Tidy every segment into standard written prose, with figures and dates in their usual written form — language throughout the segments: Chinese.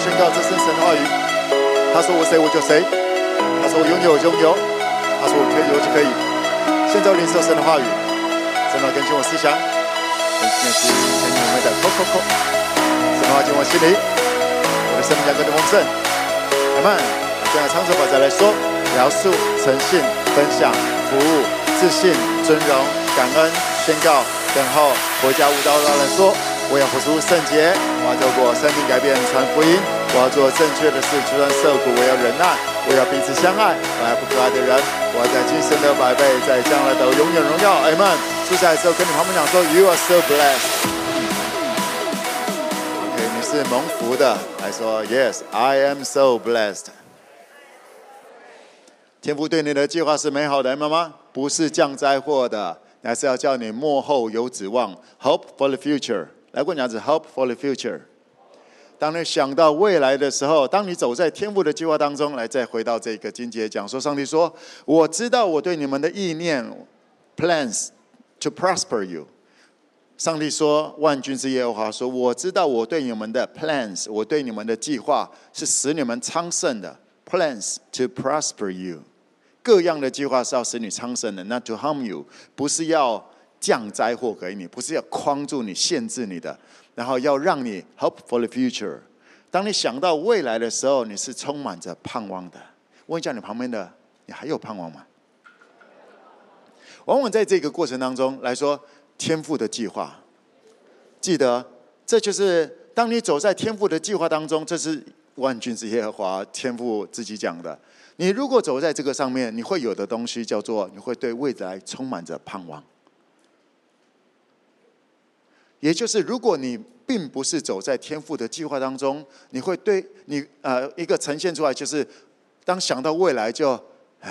宣告这是神的话语。他说我谁我就谁，他说我拥有我就拥有，他说我可以我就可以。现在领受神的话语，神的更新我思想，更新的心，更新我们的口。神的话进我心里，我的生命将更加丰盛。阿们。现在唱首歌再来说，描述、诚信、分享、服务、自信、尊荣、感恩、宣告、等候。国家舞蹈让人说，我要活出圣洁，我要透过生命改变传福音，我要做正确的事，就算受苦，我要忍耐，我要彼此相爱，我要不可爱的人，我要在今生得百倍，在将来得永远荣耀。阿们。出来的时候跟你旁边讲说 ，You are so blessed。OK， 你是蒙福的，来说 Yes，I am so blessed。天父对你的计划是美好的，妈妈，不是降灾祸的，还是要叫你幕后有指望 ，Hope for the future。来过讲子 ，Hope for the future。当你想到未来的时候，当你走在天父的计划当中，来再回到这个经节讲说，上帝说：“我知道我对你们的意念 ，plans to prosper you。”上帝说：“万军之耶和华说，我知道我对你们的 plans， 我对你们的计划是使你们昌盛的。” Plans to prosper you， 各样的计划是要使你昌盛的 ，not to harm you， 不是要降灾祸给你，不是要框住你、限制你的，然后要让你 hope for the future。当你想到未来的时候，你是充满着盼望的。问一下你旁边的，你还有盼望吗？往往在这个过程当中来说，天父的计划，记得这就是当你走在天父的计划当中，这是。万军之耶和华天父自己讲的，你如果走在这个上面，你会有的东西叫做你会对未来充满着盼望。也就是如果你并不是走在天父的计划当中，你会对你一个呈现出来就是当想到未来就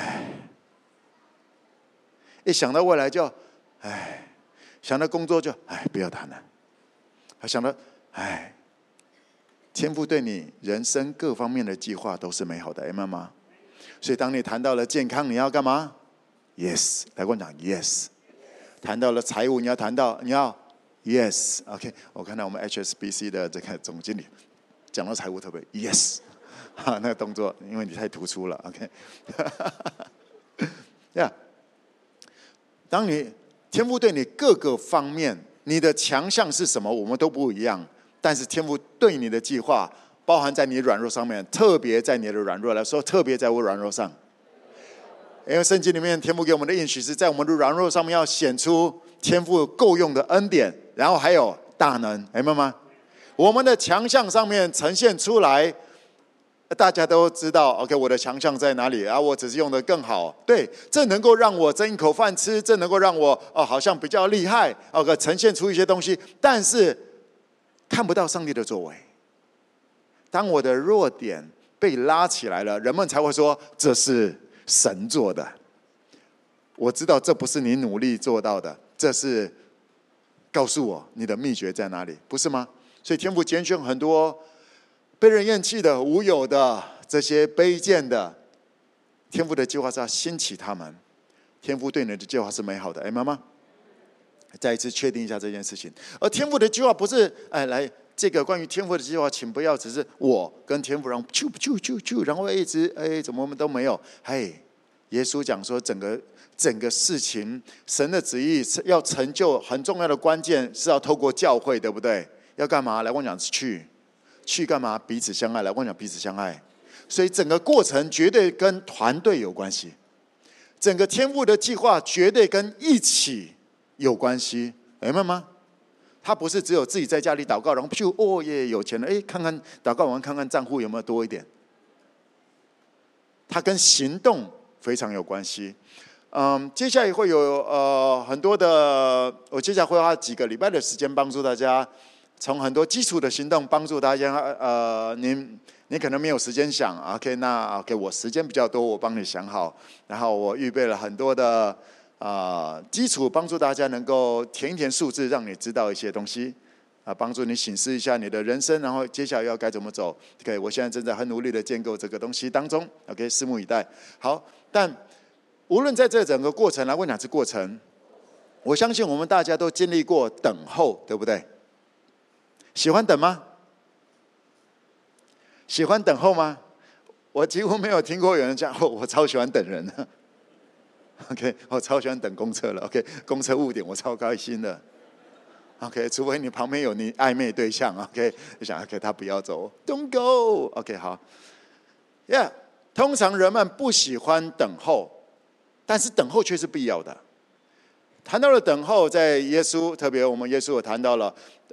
一想到未来就想到工作就不要谈了，想到天父对你人生各方面的计划都是美好的，阿们吗？所以当你谈到了健康，你要干嘛 ？Yes， 来跟我讲 Yes。谈到了财务，你要Yes。OK， 我看到我们 HSBC 的这个总经理讲到财务特别 Yes， 那个动作，因为你太突出了。OK， 当你天父对你各个方面，你的强项是什么，我们都不一样。但是天父对你的计划包含在你软弱上面，特别在你的软弱来说，特别在我软弱上。因为圣经里面天父给我们的应许是在我们的软弱上面要显出天父够用的恩典，然后还有大能，明白吗？我们的强项上面呈现出来，大家都知道 OK， 我的强项在哪里啊？我只是用得更好，对，这能够让我争一口饭吃，这能够让我好像比较厉害 OK， 呈现出一些东西，但是看不到上帝的作为。当我的弱点被拉起来了，人们才会说这是神做的。我知道这不是你努力做到的，这是告诉我你的秘诀在哪里，不是吗？所以天父拣选很多被人厌弃的、无有的、这些卑贱的，天父的计划是要兴起他们。天父对你的计划是美好的，阿们吗？再一次确定一下这件事情。而天父的计划不是来这个关于天父的计划，请不要只是我跟天父然后然后一直怎么都没有。耶稣讲说整个事情，神的旨意要成就，很重要的关键是要透过教会，对不对？要干嘛？来跟我讲去干嘛？彼此相爱。来跟我讲彼此相爱。所以整个过程绝对跟团队有关系，整个天父的计划绝对跟一起有关系，明白吗？他不是只有自己在家里祷告，然后耶有钱了，看看祷告完看看账户有没有多一点。他跟行动非常有关系。接下来会有很多的，我接下来会花几个礼拜的时间帮助大家，从很多基础的行动帮助大家。你可能没有时间想 ，OK， 那 OK， 我时间比较多，我帮你想好，然后我预备了很多的基础，帮助大家能够填一填数字，让你知道一些东西，帮助你省思一下你的人生，然后接下来要该怎么走。OK， 我现在正在很努力的建构这个东西当中 ，OK， 拭目以待。好，但无论在这整个过程来问哪次过程，我相信我们大家都经历过等候，对不对？喜欢等吗？ 喜欢等候吗？我几乎没有听过有人讲我超喜欢等人的。OK， 我超喜欢等公车了。OK， 公车误点我超开心的。OK， 除非你旁边有你暧昧对象。OK， 你想 OK 他不要走 ，Don't go。OK， 好。Yeah， 通常人们不喜欢等候，但是等候却是必要的。谈到了等候，在耶稣，特别我们耶稣有谈到了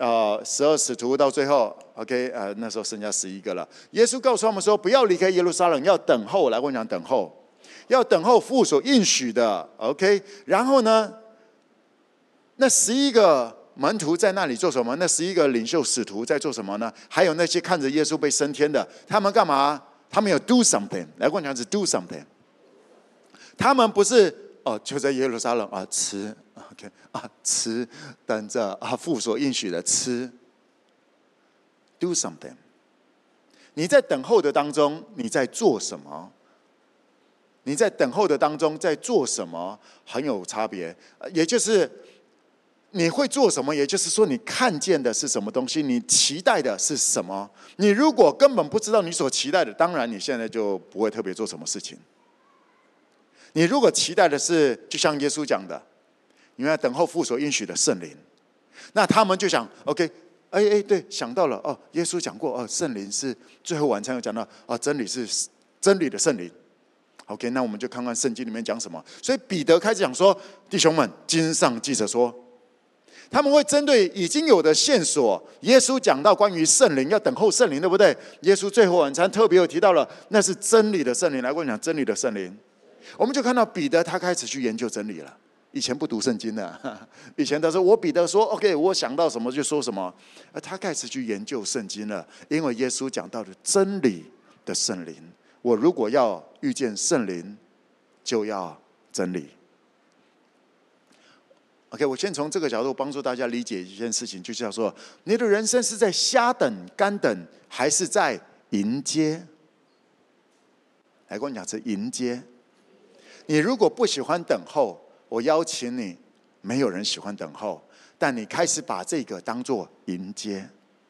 ，12使徒到最后 ，OK， 那时候剩下11个了。耶稣告诉他们说，不要离开耶路撒冷，要等候。来，我讲等候，要等候父所应许的 ，OK。然后呢，那11个门徒在那里做什么？那11个领袖使徒在做什么呢？还有那些看着耶稣被升天的，他们干嘛？他们有 do something。来，我讲是 do something。他们不是就在耶路撒冷吃。OK 吃，等着父所应许的吃。Do something。你在等候的当中，你在做什么？你在等候的当中在做什么？很有差别。也就是你会做什么？也就是说，你看见的是什么东西？你期待的是什么？你如果根本不知道你所期待的，当然你现在就不会特别做什么事情。你如果期待的是，就像耶稣讲的，你要等候父所应许的圣灵，那他们就想 ，OK， 对，想到了耶稣讲过圣灵是最后晚餐有讲到真理是真理的圣灵。OK， 那我们就看看圣经里面讲什么。所以彼得开始讲说，弟兄们，经上记着说，他们会针对已经有的线索，耶稣讲到关于圣灵要等候圣灵，对不对？耶稣最后晚餐特别有提到了，那是真理的圣灵。来，我讲真理的圣灵，我们就看到彼得他开始去研究真理了。以前不读圣经的，以前他说我彼得说 OK， 我想到什么就说什么，而他开始去研究圣经了，因为耶稣讲到的真理的圣灵，我如果要遇见圣灵，就要真理。OK， 我先从这个角度帮助大家理解一件事情，就是要说，你的人生是在瞎等、干等，还是在迎接？来，跟我讲是迎接。你如果不喜欢等候，我邀请你，没有人喜欢等候，但你开始把这个当作迎接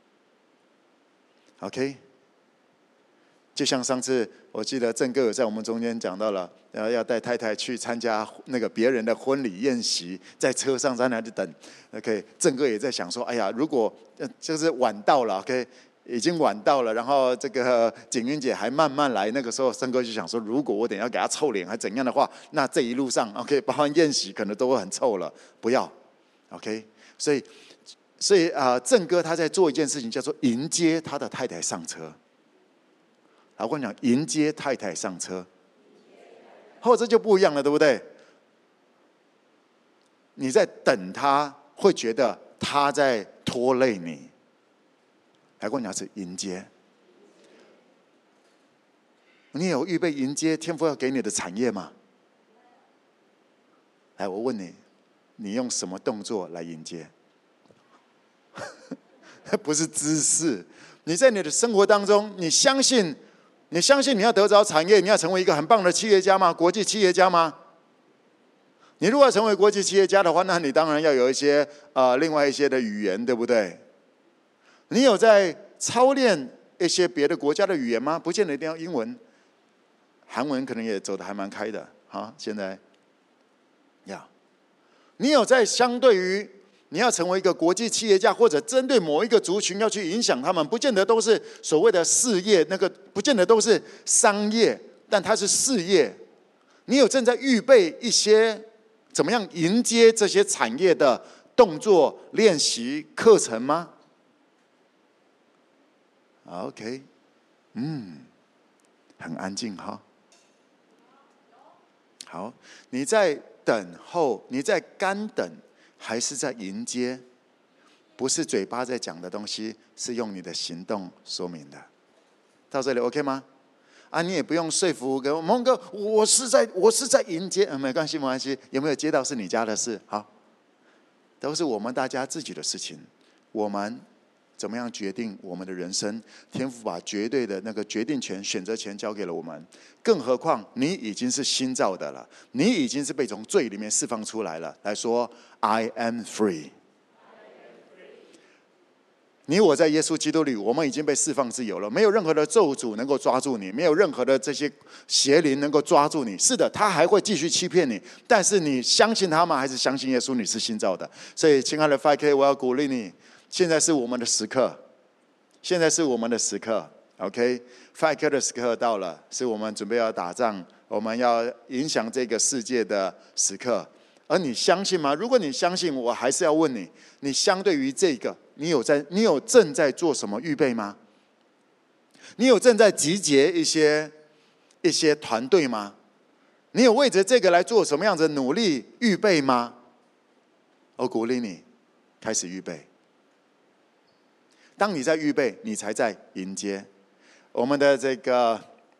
，OK？ 就像上次我记得郑哥有在我们中间讲到了，要带太太去参加那个别人的婚礼宴席，在车上在那里等 ，OK？ 郑哥也在想说，哎呀，如果就是晚到了 ，OK？已经晚到了，然后这个景云姐还慢慢来。那个时候，森哥就想说，如果我等一下给她臭脸还怎样的话，那这一路上 ，OK， 包含宴席可能都会很臭了，不要 ，OK。所以郑哥他在做一件事情，叫做迎接他的太太上车。我跟你讲，迎接太太上车，或者就不一样了，对不对？你在等他，会觉得他在拖累你。来，跟我讲是迎接。你有预备迎接天父要给你的产业吗？来，我问你，你用什么动作来迎接？不是姿势。你在你的生活当中，你相信你要得着产业，你要成为一个很棒的企业家吗？国际企业家吗？你如果要成为国际企业家的话，那你当然要有一些另外一些的语言，对不对？你有在操练一些别的国家的语言吗？不见得一定要英文，韩文可能也走得还蛮开的。现在你有在相对于你要成为一个国际企业家，或者针对某一个族群要去影响他们，不见得都是所谓的事业，那个不见得都是商业，但它是事业。你有正在预备一些怎么样迎接这些产业的动作、练习、课程吗？OK， 很安静哈。好，你在等候，你在干等，还是在迎接？不是嘴巴在讲的东西，是用你的行动说明的。到这里 OK 吗？你也不用说服跟蒙哥，我是在迎接，没关系没关系，有没有接到是你家的事？好，都是我们大家自己的事情。我们怎么样决定我们的人生？天父把绝对的那个决定权、选择权交给了我们。更何况你已经是新造的了，你已经是被从罪里面释放出来了。来说 ，I am free。 你我在耶稣基督里，我们已经被释放自由了，没有任何的咒诅能够抓住你，没有任何的这些邪灵能够抓住你。是的，他还会继续欺骗你，但是你相信他吗？还是相信耶稣你是新造的？所以，亲爱的 5K， 我要鼓励你，现在是我们的时刻，现在是我们的时刻。OK，5K 的时刻到了，是我们准备要打仗，我们要影响这个世界的时刻。而你相信吗？如果你相信，我还是要问你：你相对于这个，你有正在做什么预备吗？你有正在集结一些团队吗？你有为着这个来做什么样子的努力预备吗？我鼓励你开始预备。当你在预备，你才在迎接。我们的这个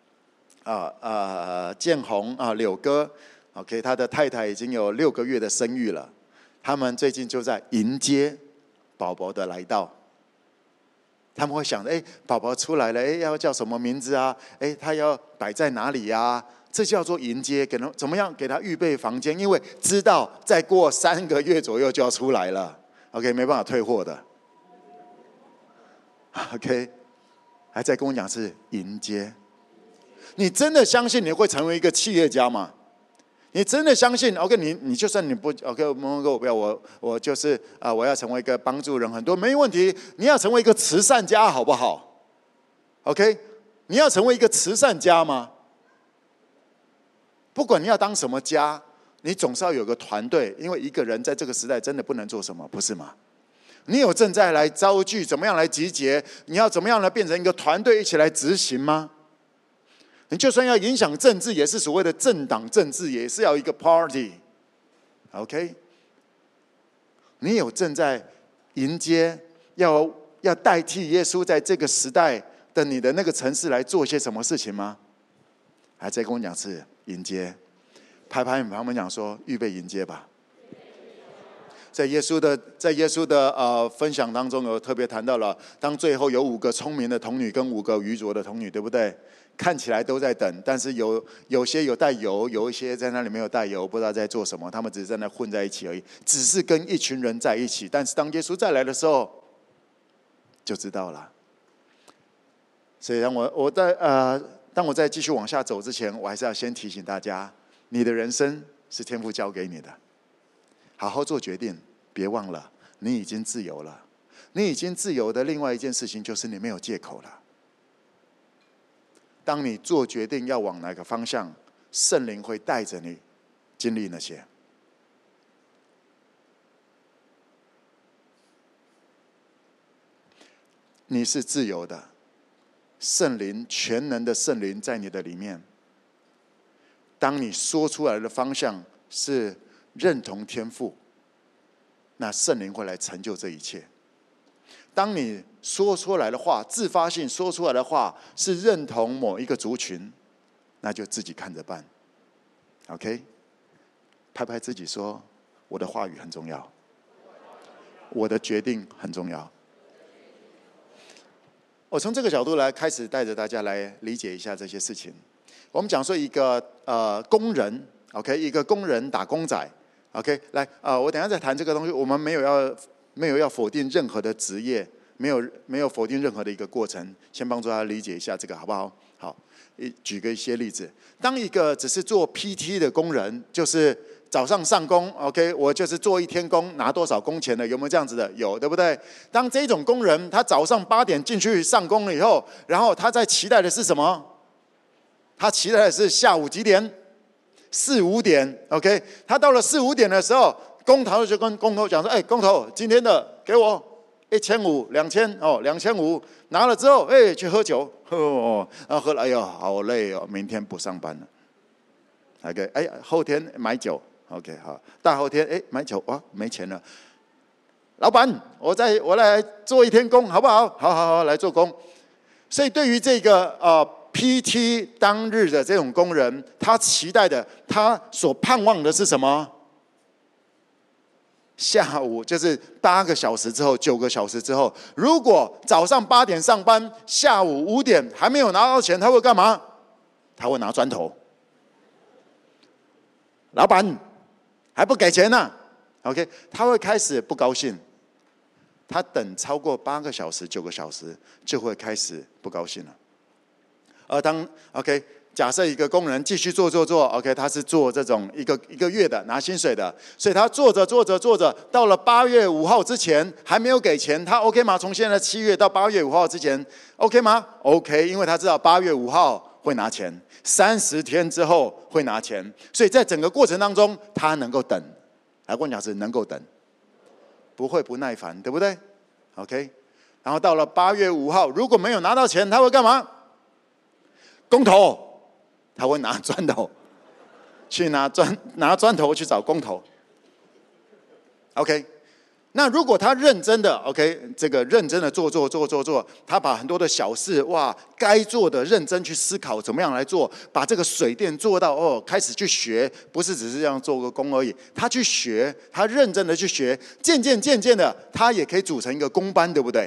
建宏柳哥。OK， 他的太太已经有6个月的生育了，他们最近就在迎接宝宝的来到。他们会想，宝宝出来了，要叫什么名字啊？他要摆在哪里啊？这叫做迎接，怎么样给他预备房间？因为知道再过3个月左右就要出来了。OK， 没办法退货的。OK， 还在跟我讲是迎接。你真的相信你会成为一个企业家吗？你真的相信 ？OK， 你就算你不 OK， 我不要我就是我要成为一个帮助人很多没问题。你要成为一个慈善家好不好 ？OK， 你要成为一个慈善家吗？不管你要当什么家，你总是要有个团队，因为一个人在这个时代真的不能做什么，不是吗？你有正在来招聚，怎么样来集结？你要怎么样来变成一个团队，一起来执行吗？你就算要影响政治，也是所谓的政党政治，也是要一个 party。OK， 你有正在迎接，要代替耶稣在这个时代的你的那个城市来做些什么事情吗？还在跟我讲是迎接，拍拍你旁边讲说预备迎接吧。在耶稣的分享当中，有特别谈到了，当最后有5个聪明的童女跟5个愚拙的童女，对不对？看起来都在等，但是有些有带油，有一些在那里没有带油，不知道在做什么，他们只是在那混在一起而已，只是跟一群人在一起。但是当耶稣再来的时候，就知道了。所以当我在继续往下走之前，我还是要先提醒大家，你的人生是天父交给你的，好好做决定，别忘了你已经自由了。你已经自由的另外一件事情就是你没有借口了。当你做决定要往哪个方向，圣灵会带着你经历那些。你是自由的，圣灵全能的圣灵在你的里面。当你说出来的方向是认同天父，那圣灵会来成就这一切。当你说出来的话，自发性说出来的话是认同某一个族群，那就自己看着办。OK， 拍拍自己说，我的话语很重要，我的决定很重要。我从这个角度来开始带着大家来理解一下这些事情。我们讲说一个工人 ，OK， 一个工人打工仔 ，OK， 来我等一下再谈这个东西。我们没有要否定任何的职业，没有否定任何的一个过程，先帮助大家理解一下这个好不好？好，举个一些例子。当一个只是做 PT 的工人，就是早上上工 ，OK， 我就是做1天工，拿多少工钱的？有没有这样子的？有，对不对？当这种工人他早上8点进去上工了以后，然后他在期待的是什么？他期待的是下午几点？4、5点 ，OK。他到了4、5点的时候，工头就跟工头讲说：“工头，今天的给我1500、2000哦，2500拿了之后，去喝酒，喝了，哎呦，好累哦，明天不上班了。OK， 后天买酒 ，OK， 好，大后天买酒，哇，没钱了。老板，我来做1天工，好不好？好，来做工。所以对于这个PT 当日的这种工人，他期待的，他所盼望的是什么？下午就是8个小时之后，9个小时之后，如果早上8点上班，下午5点还没有拿到钱，他会干嘛？他会拿砖头。老板还不给钱呢 ，OK， 他会开始不高兴。 他等超过8个小时、9个小时，就会开始不高兴了。而当 OK， 假设一个工人继续做 OK， 他是做这种一个月的拿薪水的，所以他做着，到了8月5号之前还没有给钱，他 OK 吗？从现在7月到8月5号之前 OK 吗 ？OK， 因为他知道8月5号会拿钱，30天之后会拿钱，所以在整个过程当中他能够等。来，我讲是能够等，不会不耐烦，对不对 ？OK， 然后到了8月5号，如果没有拿到钱，他会干嘛？工头，他会拿砖头去拿砖头去找工头。OK， 那如果他认真的 OK， 这个认真的做，他把很多的小事哇该做的认真去思考怎么样来做，把这个水电做到开始去学，不是只是这样做个工而已，他去学，他认真的去学，渐渐的，他也可以组成一个工班，对不对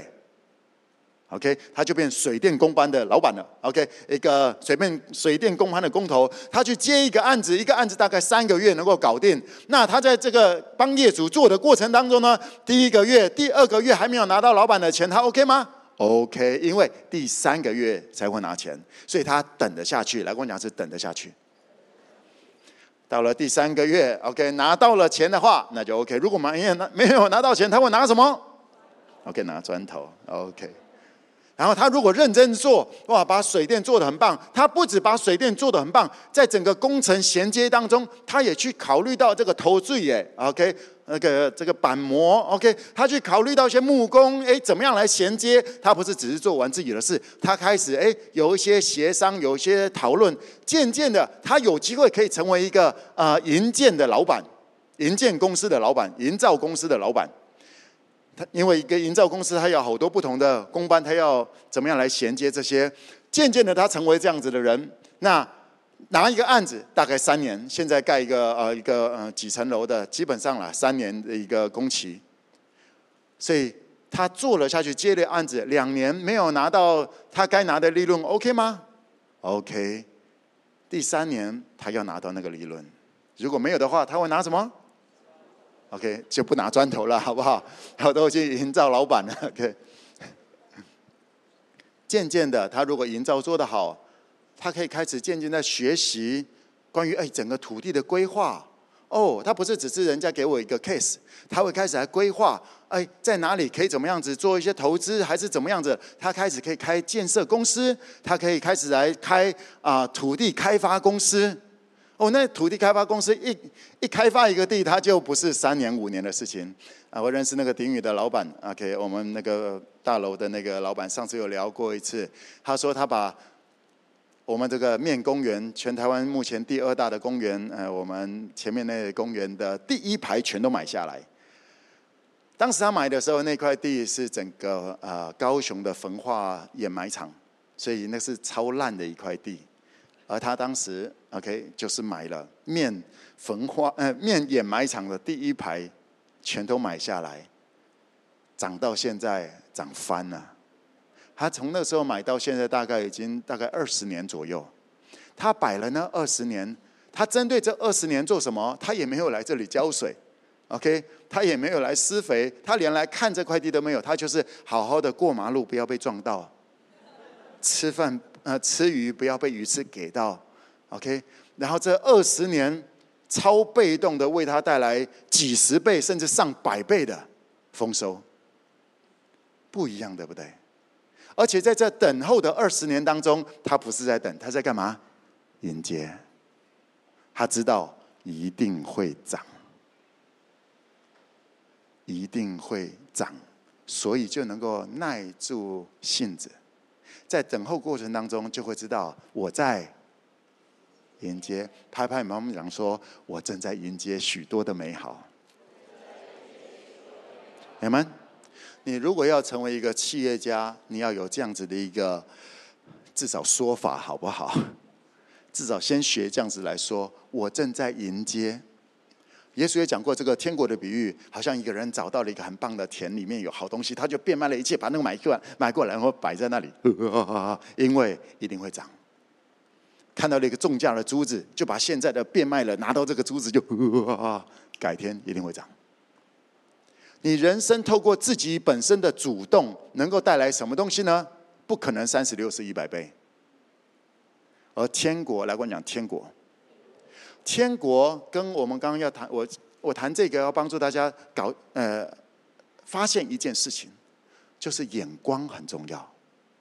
？OK， 他就变水电工班的老板了。OK， 一个水电工班的工头，他去接一个案子大概3个月能够搞定。那他在这个帮业主做的过程当中呢，第1个月、第2个月还没有拿到老板的钱，他 OK 吗 ？OK， 因为第3个月才会拿钱，所以他等得下去。来跟我讲是等得下去。到了第3个月 ，OK， 拿到了钱的话，那就 OK。如果没有拿到钱，他会拿什么 ？OK， 拿砖头。OK。然后他如果认真做，哇，把水电做得很棒。他不止把水电做得很棒，在整个工程衔接当中，他也去考虑到这个头坠耶 ，OK， 这个板模 ，OK， 他去考虑到一些木工，怎么样来衔接？他不是只是做完自己的事，他开始有一些协商，有一些讨论，渐渐的，他有机会可以成为一个营建的老板，营建公司的老板，营造公司的老板。因为一个营造公司，它有好多不同的工班，它要怎么样来衔接这些？渐渐的，他成为这样子的人。那拿一个案子大概3年，现在盖一个几层楼的，基本上3年的一个工期。所以他做了下去，接了案子2年没有拿到他该拿的利润 ，OK 吗 ？OK。第3年他要拿到那个利润，如果没有的话，他会拿什么？OK， 就不拿砖头了，好不好？我都去营造老板了。OK， 渐渐的，他如果营造做得好，他可以开始渐渐在学习关于整个土地的规划。他不是只是人家给我一个 case， 他会开始来规划，在哪里可以怎么样子做一些投资，还是怎么样子？他开始可以开建设公司，他可以开始来开土地开发公司。那土地开发公司一开发一个地，它就不是3年5年的事情我认识那个鼎宇的老板 ，OK， 我们那个大楼的那个老板，上次有聊过一次，他说他把我们这个面公园，全台湾目前第2大的公园，我们前面那个公园的第1排全都买下来。当时他买的时候，那块地是整个高雄的焚化掩埋场，所以那是超烂的一块地。而他当时 OK 就是买了面掩埋场的第1排，全都买下来，涨到现在涨翻了。他从那时候买到现在，已经大概20年左右。他摆了那20年，他针对这20年做什么？他也没有来这里浇水 ，OK， 他也没有来施肥，他连来看这块地都没有，他就是好好的过马路，不要被撞到，吃饭。吃鱼不要被鱼刺给到 ，OK。然后这20年超被动的为他带来几十倍甚至上100倍的丰收，不一样，对不对？而且在这等候的20年当中，他不是在等，他在干嘛？迎接。他知道一定会涨，一定会涨，所以就能够耐住性子。在等候过程当中，就会知道我在迎接。拍拍妈妈讲说，我正在迎接许多的美好。你们，你如果要成为一个企业家，你要有这样子的一个至少说法，好不好？至少先学这样子来说，我正在迎接。耶稣也讲过这个天国的比喻，好像一个人找到了一个很棒的田，里面有好东西，他就变卖了一切，把那个买过来，然后摆在那里，因为一定会涨。看到了一个重价的珠子，就把现在的变卖了，拿到这个珠子就改天一定会涨。 你人生透过自己本身的主动，能够带来什么东西呢？不可能30、60、100倍。而天国，来跟我讲天国。天国跟我们刚刚要谈，我谈这个要帮助大家发现一件事情，就是眼光很重要。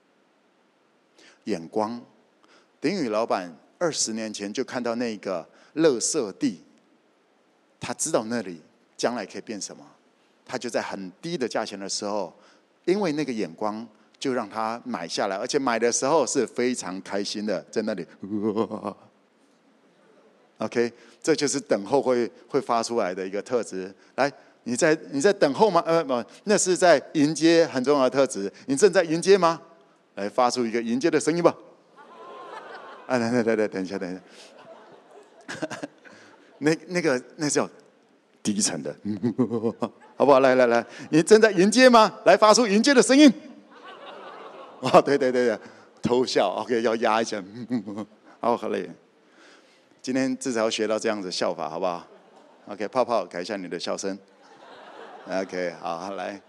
眼光，林宇老板20年前就看到那个垃圾地，他知道那里将来可以变什么，他就在很低的价钱的时候，因为那个眼光，就让他买下来，而且买的时候是非常开心的，在那里。OK， 这就是等候会发出来的一个特质。来，你在等候吗？那是在迎接很重要的特质。你正在迎接吗？来，发出一个迎接的声音吧。来，等一下。那叫低沉的，好不好？来，你正在迎接吗？来，发出迎接的声音。对，偷笑 ，OK， 要压一下。好嘞。今天至少要学到这样子笑法，好不好 ？OK， 泡泡改一下你的笑声。OK， 好，来。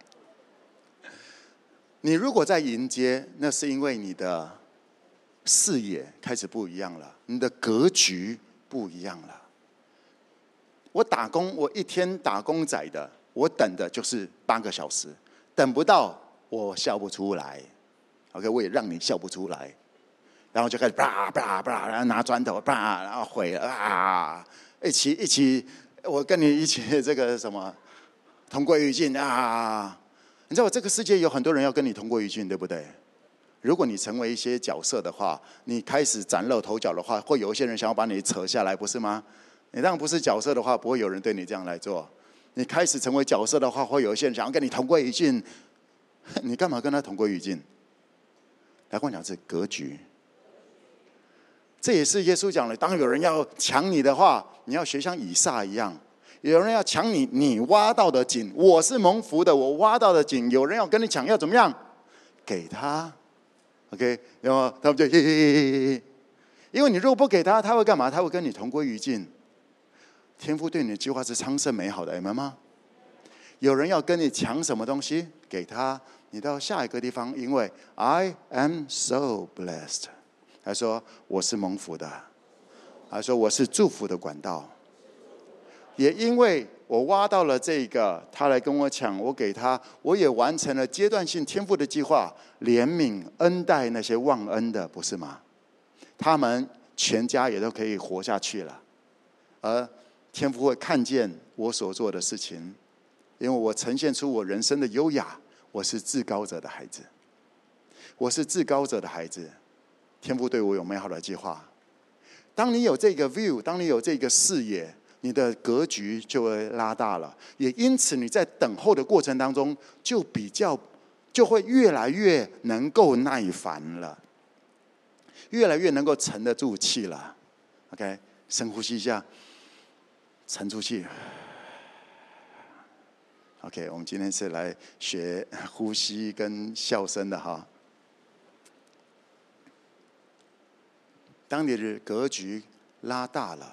你如果在迎接，那是因为你的视野开始不一样了，你的格局不一样了。我打工，我一天打工仔的，我等的就是8个小时，等不到我笑不出来。OK， 我也让你笑不出来。然后就开始啪，然后拿砖头啪，然后毁了啊！一起，我跟你一起这个什么同归于尽啊！你知道这个世界有很多人要跟你同归于尽，对不对？如果你成为一些角色的话，你开始崭露头角的话，会有一些人想要把你扯下来，不是吗？你当然不是角色的话，不会有人对你这样来做。你开始成为角色的话，会有一些人想要跟你同归于尽。你干嘛跟他同归于尽？来跟我讲，是格局。这也是耶稣讲的，当有人要抢你的话，你要学像以撒一样。有人要抢你，你挖到的井，我是蒙福的，我挖到的井，有人要跟你抢，要怎么样？给他 ，OK， 然后他们就嘿嘿嘿，因为你如果不给他，他会干嘛？他会跟你同归于尽。天父对你的计划是昌盛美好的，你们吗？有人要跟你抢什么东西，给他，你到下一个地方，因为 I am so blessed。他说我是蒙福的，他说我是祝福的管道。也因为我挖到了这个，他来跟我抢，我给他，我也完成了阶段性天父的计划，怜悯恩待那些忘恩的，不是吗？他们全家也都可以活下去了，而天父会看见我所做的事情，因为我呈现出我人生的优雅，我是至高者的孩子，我是至高者的孩子。天父对我有美好的计划。当你有这个 view， 当你有这个视野，你的格局就会拉大了。也因此，你在等候的过程当中，就会越来越能够耐烦了，越来越能够沉得住气了。OK， 深呼吸一下，沉住气。OK， 我们今天是来学呼吸跟笑声的哈。当你的格局拉大了，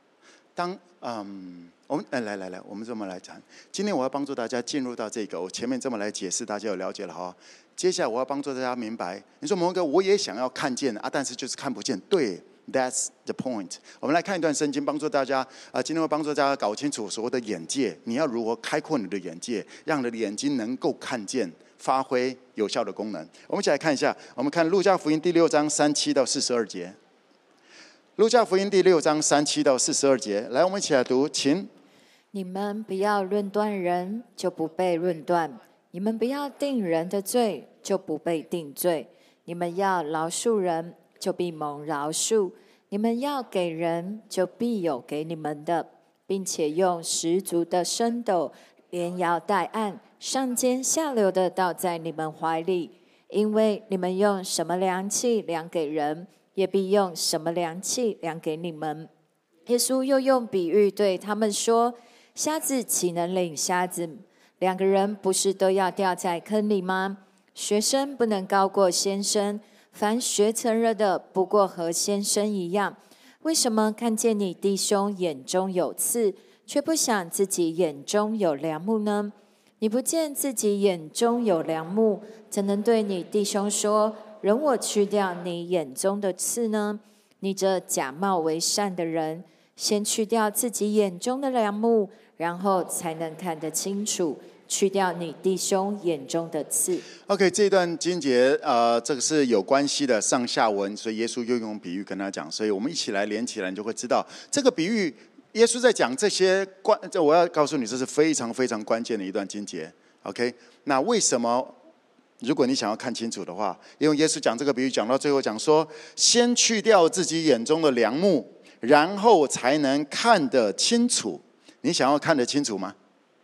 我们来，我们这么来谈。今天我要帮助大家进入到这个，我前面这么来解释，大家有了解了哈。接下来我要帮助大家明白，你说某个我也想要看见啊，但是就是看不见。对 ，That's the point。我们来看一段圣经，帮助大家今天会帮助大家搞清楚所谓的眼界，你要如何开阔你的眼界，让你的眼睛能够看见，发挥有效的功能。我们一起来看一下，我们看路加福音第6章37到42节。路加福音第6章37到42节，来，我们一起来读，请。 你们不要论断人，就不被论断；你们不要定人的罪，就不被定罪；你们要饶恕人，就必蒙饶恕；你们要给人，就必有给你们的，并且用十足的升斗，连摇带按，上尖下流的倒在你们怀里。因为你们用什么量器量给人，也必用什么量器量给你们。耶稣又用比喻对他们说：瞎子岂能领瞎子？2个人不是都要掉在坑里吗？学生不能高过先生，凡学成了的，不过和先生一样。为什么看见你弟兄眼中有刺， 却不想自己眼中有梁木呢？你不见自己眼中有梁木，怎能对你弟兄说：容我去掉你眼中的刺呢？你这假冒为善的人，先去掉自己眼中的梁木，然后才能看得清楚，去掉你弟兄眼中的刺。 OK， 这段经节，这个是有关系的上下文，所以耶稣又用比喻跟他讲，所以我们一起来连起来，你就会知道这个比喻。耶稣在讲这些我要告诉你，这是非常非常关键的一段经节。OK， 那为什么？如果你想要看清楚的话，因为耶稣讲这个比喻讲到最后讲说，先去掉自己眼中的梁木，然后才能看得清楚。你想要看得清楚吗？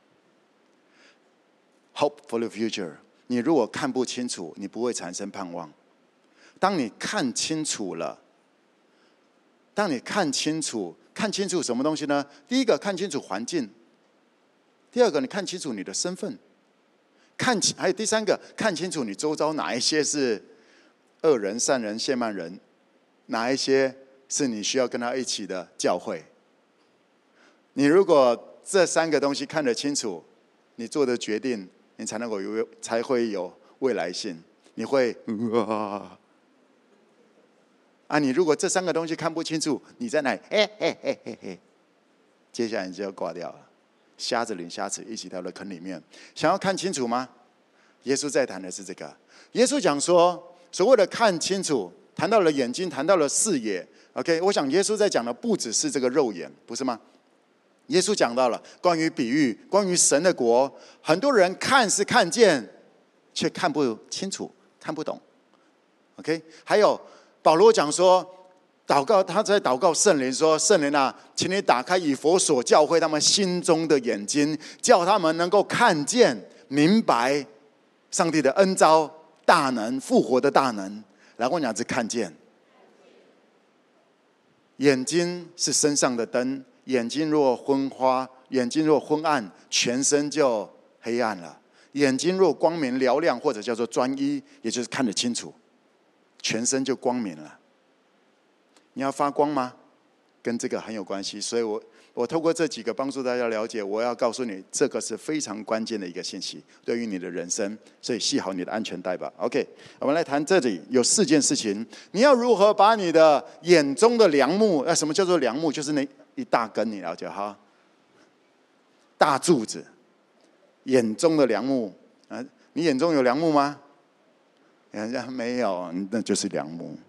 Hope for the future。你如果看不清楚，你不会产生盼望。当你看清楚了，看清楚什么东西呢？第一个，看清楚环境；第二个，你看清楚你的身份；还有第三个，看清楚你周遭哪一些是恶人、善人、亵慢人，哪一些是你需要跟他一起的教会。你如果这三个东西看得清楚，你做的决定，你才会有未来性。你会你如果这三个东西看不清楚，你在那里接下来你就要挂掉了。瞎子领瞎子一起掉到坑里面。想要看清楚吗？耶稣在谈的是这个。耶稣讲说，所谓的看清楚，谈到了眼睛，谈到了视野。OK， 我想耶稣在讲的不只是这个肉眼，不是吗？耶稣讲到了关于比喻，关于神的国，很多人看是看见，却看不清楚，看不懂。OK， 还有保罗讲说，祷告，他在祷告圣灵说：“圣灵啊，请你打开以弗所教会他们心中的眼睛，叫他们能够看见、明白上帝的恩召、大能、复活的大能。”然后讲是看见，眼睛是身上的灯，眼睛若昏花，眼睛若昏暗，全身就黑暗了；眼睛若光明嘹亮，或者叫做专一，也就是看得清楚，全身就光明了。你要发光吗？跟这个很有关系，所以我透过这几个帮助大家了解。我要告诉你，这个是非常关键的一个信息，对于你的人生。所以系好你的安全带吧。OK， 我们来谈这里有4件事情，你要如何把你的眼中的梁木？什么叫做梁木？就是那一大根，你了解哈？大柱子，眼中的梁木你眼中有梁木吗？没有，那就是梁木。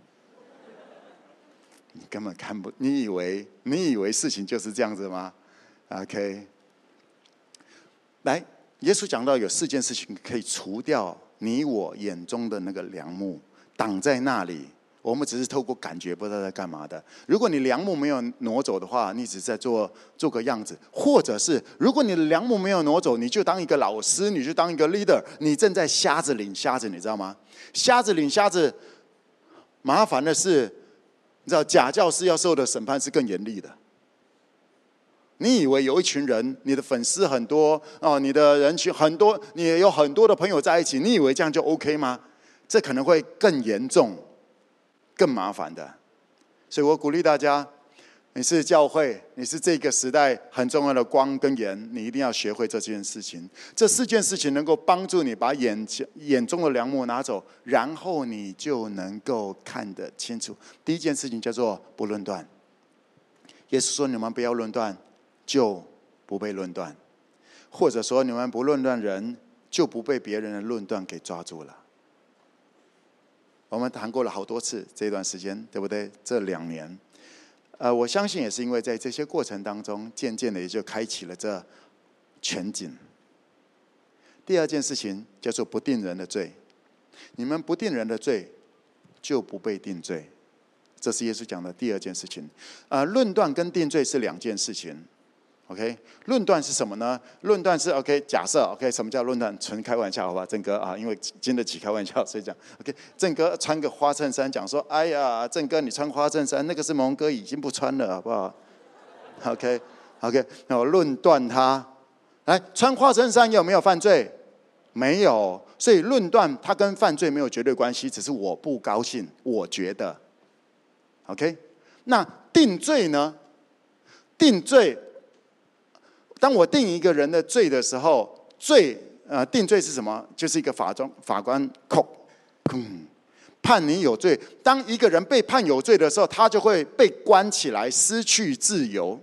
你根本看不，你以为事情就是这样子吗 ？OK， 来，耶稣讲到有4件事情可以除掉你我眼中的那个梁木，挡在那里。我们只是透过感觉，不知道在干嘛的。如果你梁木没有挪走的话，你只是在做个样子；或者是如果你的梁木没有挪走，你就当一个老师，你就当一个 leader， 你正在瞎子领瞎子，你知道吗？瞎子领瞎子，麻烦的是。你知道假教师要受的审判是更严厉的。你以为有一群人，你的粉丝很多你的人群很多，你有很多的朋友在一起，你以为这样就 OK 吗？这可能会更严重、更麻烦的。所以我鼓励大家，你是教会，你是这个时代很重要的光跟盐，你一定要学会这件事情。这4件事情能够帮助你把眼中的梁木拿走，然后你就能够看得清楚。第一件事情叫做不论断。耶稣说：“你们不要论断，就不被论断；或者说你们不论断人，就不被别人的论断给抓住了。”我们谈过了好多次这段时间，对不对？这2年。我相信也是因为在这些过程当中，渐渐的也就开启了这全景。第2件事情叫做不定人的罪，你们不定人的罪，就不被定罪。这是耶稣讲的第2件事情。论断跟定罪是2件事情。OK， 论断是什么呢？论断是 OK， 假设 OK， 什么叫论断？纯开玩笑，好吧，郑哥因为经得起开玩笑，所以讲 OK。郑哥穿个花衬衫，讲说，哎呀，郑哥你穿花衬衫，那个是蒙哥已经不穿了，好不好 ？OK， 那我论断他，来穿花衬衫有没有犯罪？没有，所以论断它跟犯罪没有绝对关系，只是我不高兴，我觉得 OK。那定罪呢？定罪。 当我定一个人的罪的时候，定罪是什么？就是一个法官判你有罪。当一个人被判有罪的时候，他就会被关起来，失去自由。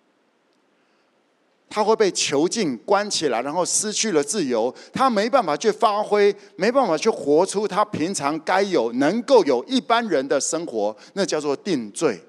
他会被囚禁关起来，然后失去了自由，他没办法去发挥，没办法去活出他平常该有能够有一般人的生活，那叫做定罪。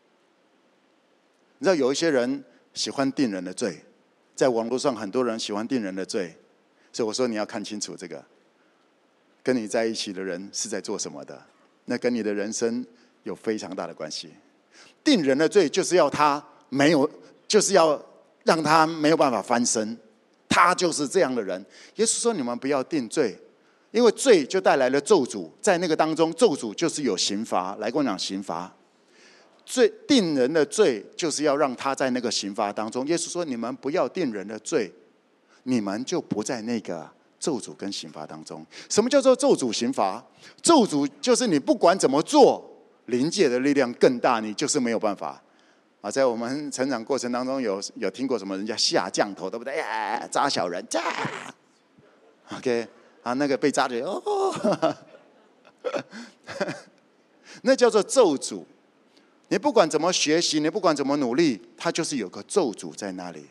你知道有一些人喜欢定人的罪，在网络上很多人喜欢定人的罪，所以我说你要看清楚这个，跟你在一起的人是在做什么的，那跟你的人生有非常大的关系。定人的罪就是要他没有，就是要让他没有办法翻身，他就是这样的人。耶稣说：“你们不要定罪，因为罪就带来了咒诅，在那个当中，咒诅就是有刑罚。来跟我讲刑罚，定人的罪就是要让他在那个刑罚当中。耶稣说：你们不要定人的罪，你们就不在那个咒诅跟刑罚当中。什么叫做咒诅刑罚？咒诅就是你不管怎么做，灵界的力量更大，你就是没有办法。”在我们成长过程当中有听过什么人家下降头，对不对？扎小人，OK 那个被扎的那叫做咒诅。你不管怎么学习，你不管怎么努力，它就是有个咒诅在那里。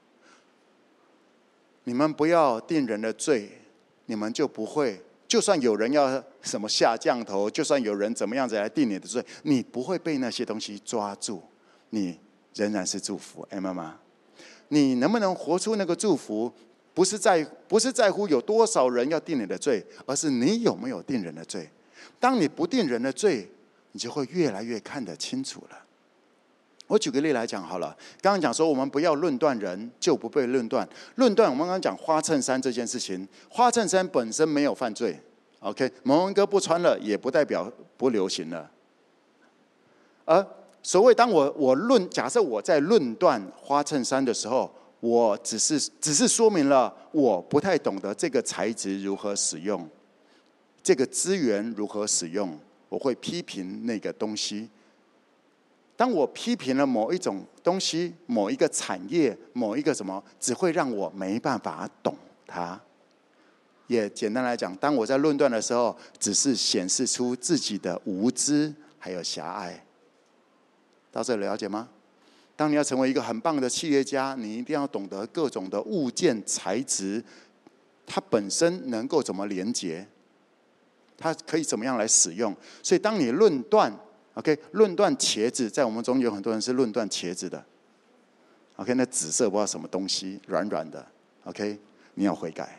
你们不要定人的罪，你们就不会。就算有人要什么下降头，就算有人怎么样子来定你的罪，你不会被那些东西抓住。你仍然是祝福，妈妈，你能不能活出那个祝福？不是在乎有多少人要定你的罪，而是你有没有定人的罪。当你不定人的罪，你就会越来越看得清楚了。我举个例来讲好了，刚刚讲说我们不要论断人，就不被论断。论断我们刚刚讲花衬衫这件事情，花衬衫本身没有犯罪 ，OK， 蒙恩哥不穿了，也不代表不流行了，而所谓当假设我在论断花衬衫的时候，我只是说明了我不太懂得这个材质如何使用，这个资源如何使用，我会批评那个东西。当我批评了某一种东西、某一个产业、某一个什么，只会让我没办法懂它。也简单来讲，当我在论断的时候，只是显示出自己的无知还有狭隘。到这里了解吗？当你要成为一个很棒的企业家，你一定要懂得各种的物件材质，它本身能够怎么连接，它可以怎么样来使用。所以当你论断 ，OK， 论断茄子，在我们中有很多人是论断茄子的 ，OK， 那紫色不知道什么东西，软软的 ，OK， 你要悔改。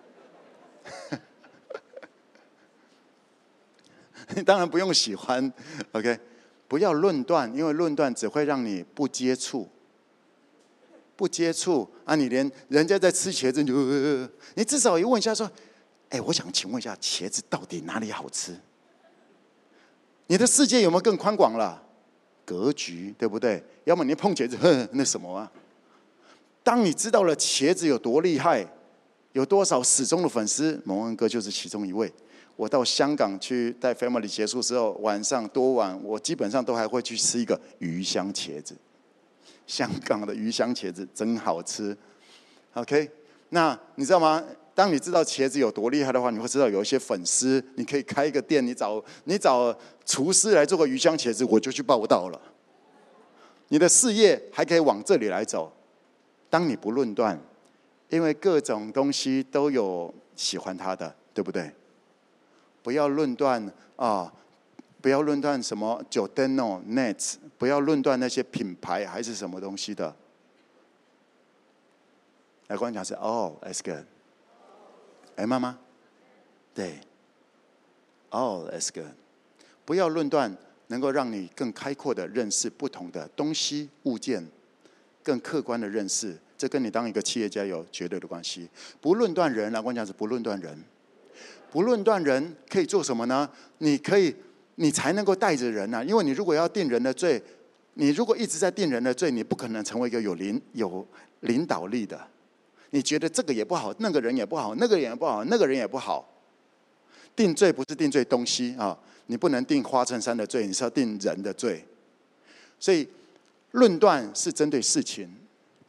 你当然不用喜欢 ，OK。不要论断，因为论断只会让你不接触你连人家在吃茄子你至少也问一下说，我想请问一下，茄子到底哪里好吃？你的世界有没有更宽广了？格局对不对？要么你碰茄子，那什么啊？当你知道了茄子有多厉害，有多少始终的粉丝，蒙恩哥就是其中一位。我到香港去带 family 结束之后，晚上多晚，我基本上都还会去吃一个鱼香茄子。香港的鱼香茄子真好吃 ，OK？ 那你知道吗？当你知道茄子有多厉害的话，你会知道有一些粉丝，你可以开一个店，你找厨师来做个鱼香茄子，我就去报道了。你的事业还可以往这里来走。当你不论断，因为各种东西都有喜欢它的，对不对？不要论断不要论断什么Giordano、Nets， 不要论断那些品牌还是什么东西的。来跟我讲是 all is good， 妈妈，对 ，all is good。不要论断能够让你更开阔的认识不同的东西物件，更客观的认识，这跟你当一个企业家有绝对的关系。不论断人，来跟我讲是不论断人。不论断人可以做什么呢？你才能够带着人因为你如果要定人的罪，你如果一直在定人的罪，你不可能成为一个有领导力的。你觉得这个也不好，那个人也不好，那个人也不好，那个人也不好。定罪不是定罪东西你不能定花衬衫的罪，你是要定人的罪。所以论断是针对事情，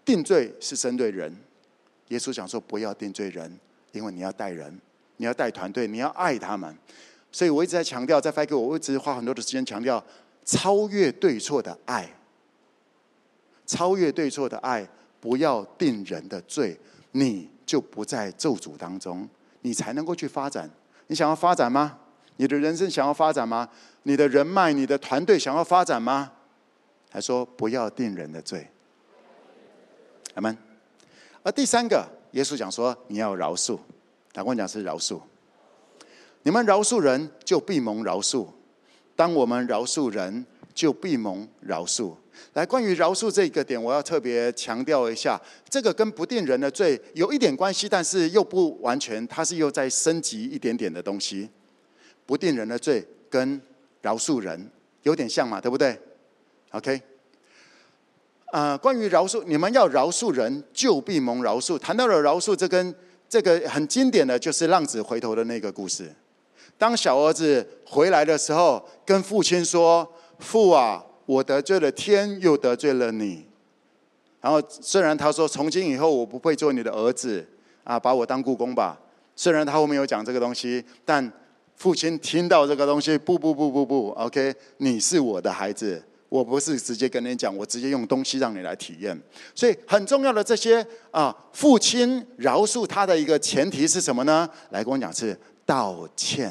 定罪是针对人。耶稣讲说不要定罪人，因为你要带人，你要带团队，你要爱他们。所以我一直在强调，在 FICO 我一直花很多的时间强调超越对错的爱，超越对错的爱，不要定人的罪，你就不在咒诅当中，你才能够去发展。你想要发展吗？你的人生想要发展吗？你的人脉、你的团队想要发展吗？还说不要定人的罪，阿们。而第三个，耶稣讲说你要饶恕，打跟我讲是饶恕。你们饶恕人，就必蒙饶恕；当我们饶恕人，就必蒙饶恕。来，关于饶恕这个点，我要特别强调一下，这个跟不定人的罪有一点关系，但是又不完全，它是又在升级一点点的东西。不定人的罪跟饶恕人有点像嘛，对不对 ？OK。关于饶恕，你们要饶恕人，就必蒙饶恕。谈到了饶恕，这个很经典的就是浪子回头的那个故事。当小儿子回来的时候，跟父亲说：“父啊，我得罪了天，又得罪了你。”然后虽然他说：“从今以后我不会做你的儿子啊，把我当雇工吧。”虽然他后面有讲这个东西，但父亲听到这个东西，不 ，OK， 你是我的孩子。我不是直接跟你讲，我直接用东西让你来体验。所以很重要的这些父亲饶恕他的一个前提是什么呢？来跟我讲是道歉。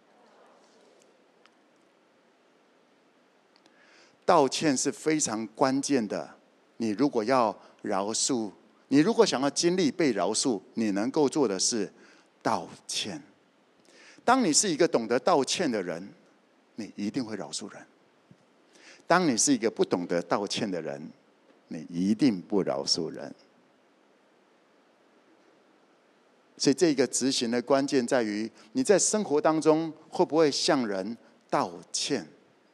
道歉是非常关键的。你如果要饶恕，你如果想要经历被饶恕，你能够做的是道歉。当你是一个懂得道歉的人，你一定会饶恕人。当你是一个不懂得道歉的人，你一定不饶恕人。所以这个执行的关键在于你在生活当中会不会向人道歉。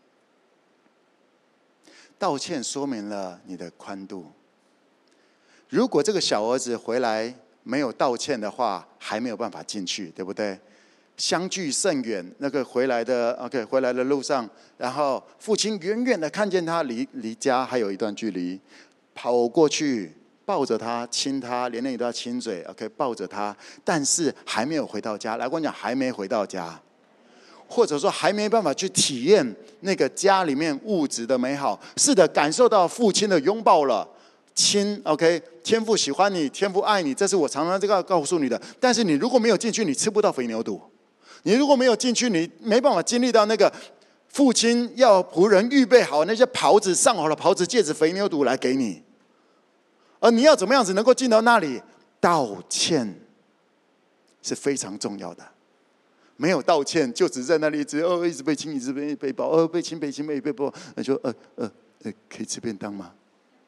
道歉说明了你的宽度。如果这个小儿子回来没有道歉的话，还没有办法进去，对不对？相距甚远，那个回来的路上，然后父亲远远的看见他离家还有一段距离，跑过去抱着他亲他，连那里都要亲嘴 ，OK， 抱着他，但是还没有回到家。来，我跟你讲，还没回到家，或者说还没办法去体验那个家里面物质的美好。是的，感受到父亲的拥抱了。亲 ，OK， 天父喜欢你，天父爱你，这是我常常这个告诉你的。但是你如果没有进去，你吃不到肥牛肚。你如果没有进去，你没办法经历到那个父亲要仆人预备好那些袍子、上好的袍子、戒指、肥牛肚来给你。而你要怎么样子能够进到那里？道歉是非常重要的。没有道歉，就只在那里一直被亲，一直被抱，被亲被抱，那就可以吃便当吗？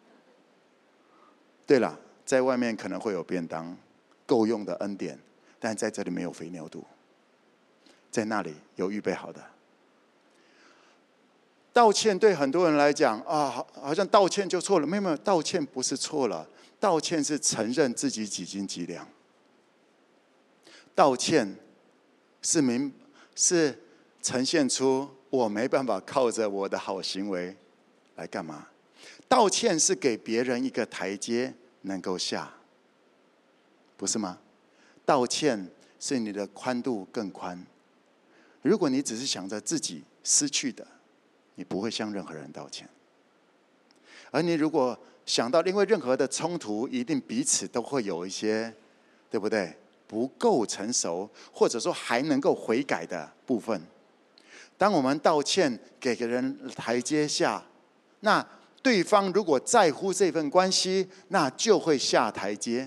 对了，在外面可能会有便当，够用的恩典，但在这里没有肥牛肚。在那里有预备好的。道歉对很多人来讲好像道歉就错了。没有，道歉不是错了，道歉是承认自己几斤几两。道歉是呈现出我没办法靠着我的好行为来干嘛。道歉是给别人一个台阶能够下，不是吗？道歉是你的宽度更宽。如果你只是想着自己失去的，你不会向任何人道歉。而你如果想到因为任何的冲突一定彼此都会有一些，对不对？不够成熟，或者说还能够悔改的部分。当我们道歉给个人台阶下，那对方如果在乎这份关系，那就会下台阶。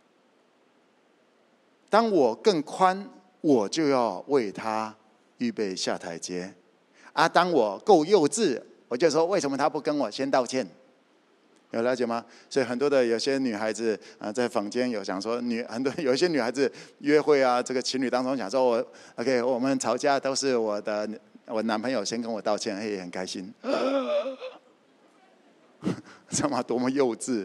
当我更宽，我就要为他预备下台阶。当我够幼稚，我就说为什么他不跟我先道歉？有了解吗？所以很多的有些女孩子在坊间有讲说，有一些女孩子约会这个情侣当中讲说我们吵架都是我男朋友先跟我道歉，很开心。知道吗？多么幼稚！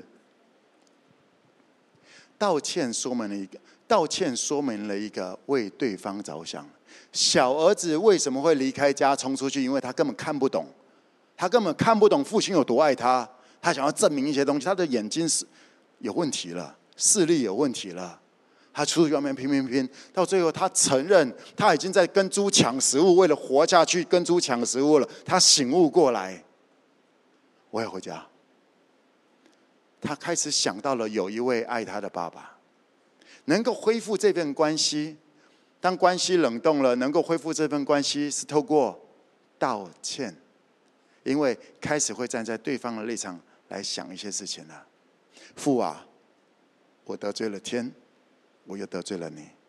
道歉说明了一个为对方着想。小儿子为什么会离开家冲出去？因为他根本看不懂父亲有多爱他。他想要证明一些东西，他的眼睛是有问题了，视力有问题了。他出去外面拼，到最后他承认他已经在跟猪抢食物，为了活下去跟猪抢食物了。他醒悟过来，我要回家。他开始想到了有一位爱他的爸爸，能够恢复这份关系。当关系冷冻了，能够恢复这份关系是透过道歉，因为开始会站在对方的立场来想一些事情了。父啊，我得罪了天，我又得罪了你。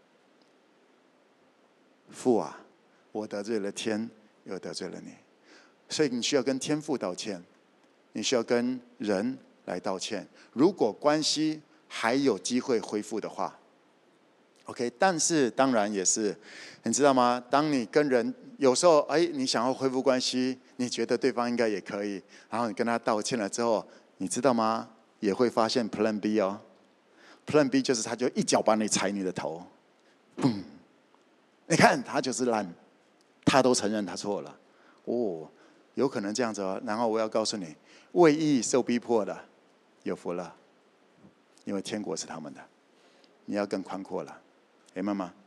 父啊，我得罪了天，又得罪了你。所以你需要跟天父道歉，你需要跟人来道歉。如果关系还有机会恢复的话 ，OK。但是当然也是，你知道吗？当你跟人有时候，你想要恢复关系，你觉得对方应该也可以，然后你跟他道歉了之后，你知道吗？也会发现 Plan B 哦。Plan B 就是他就一脚把你踩你的头，嘣！你看他就是烂，他都承认他错了，有可能这样子哦。然后我要告诉你，为义受逼迫的有福了，因为天国是他们的。你要更宽阔了，明白吗？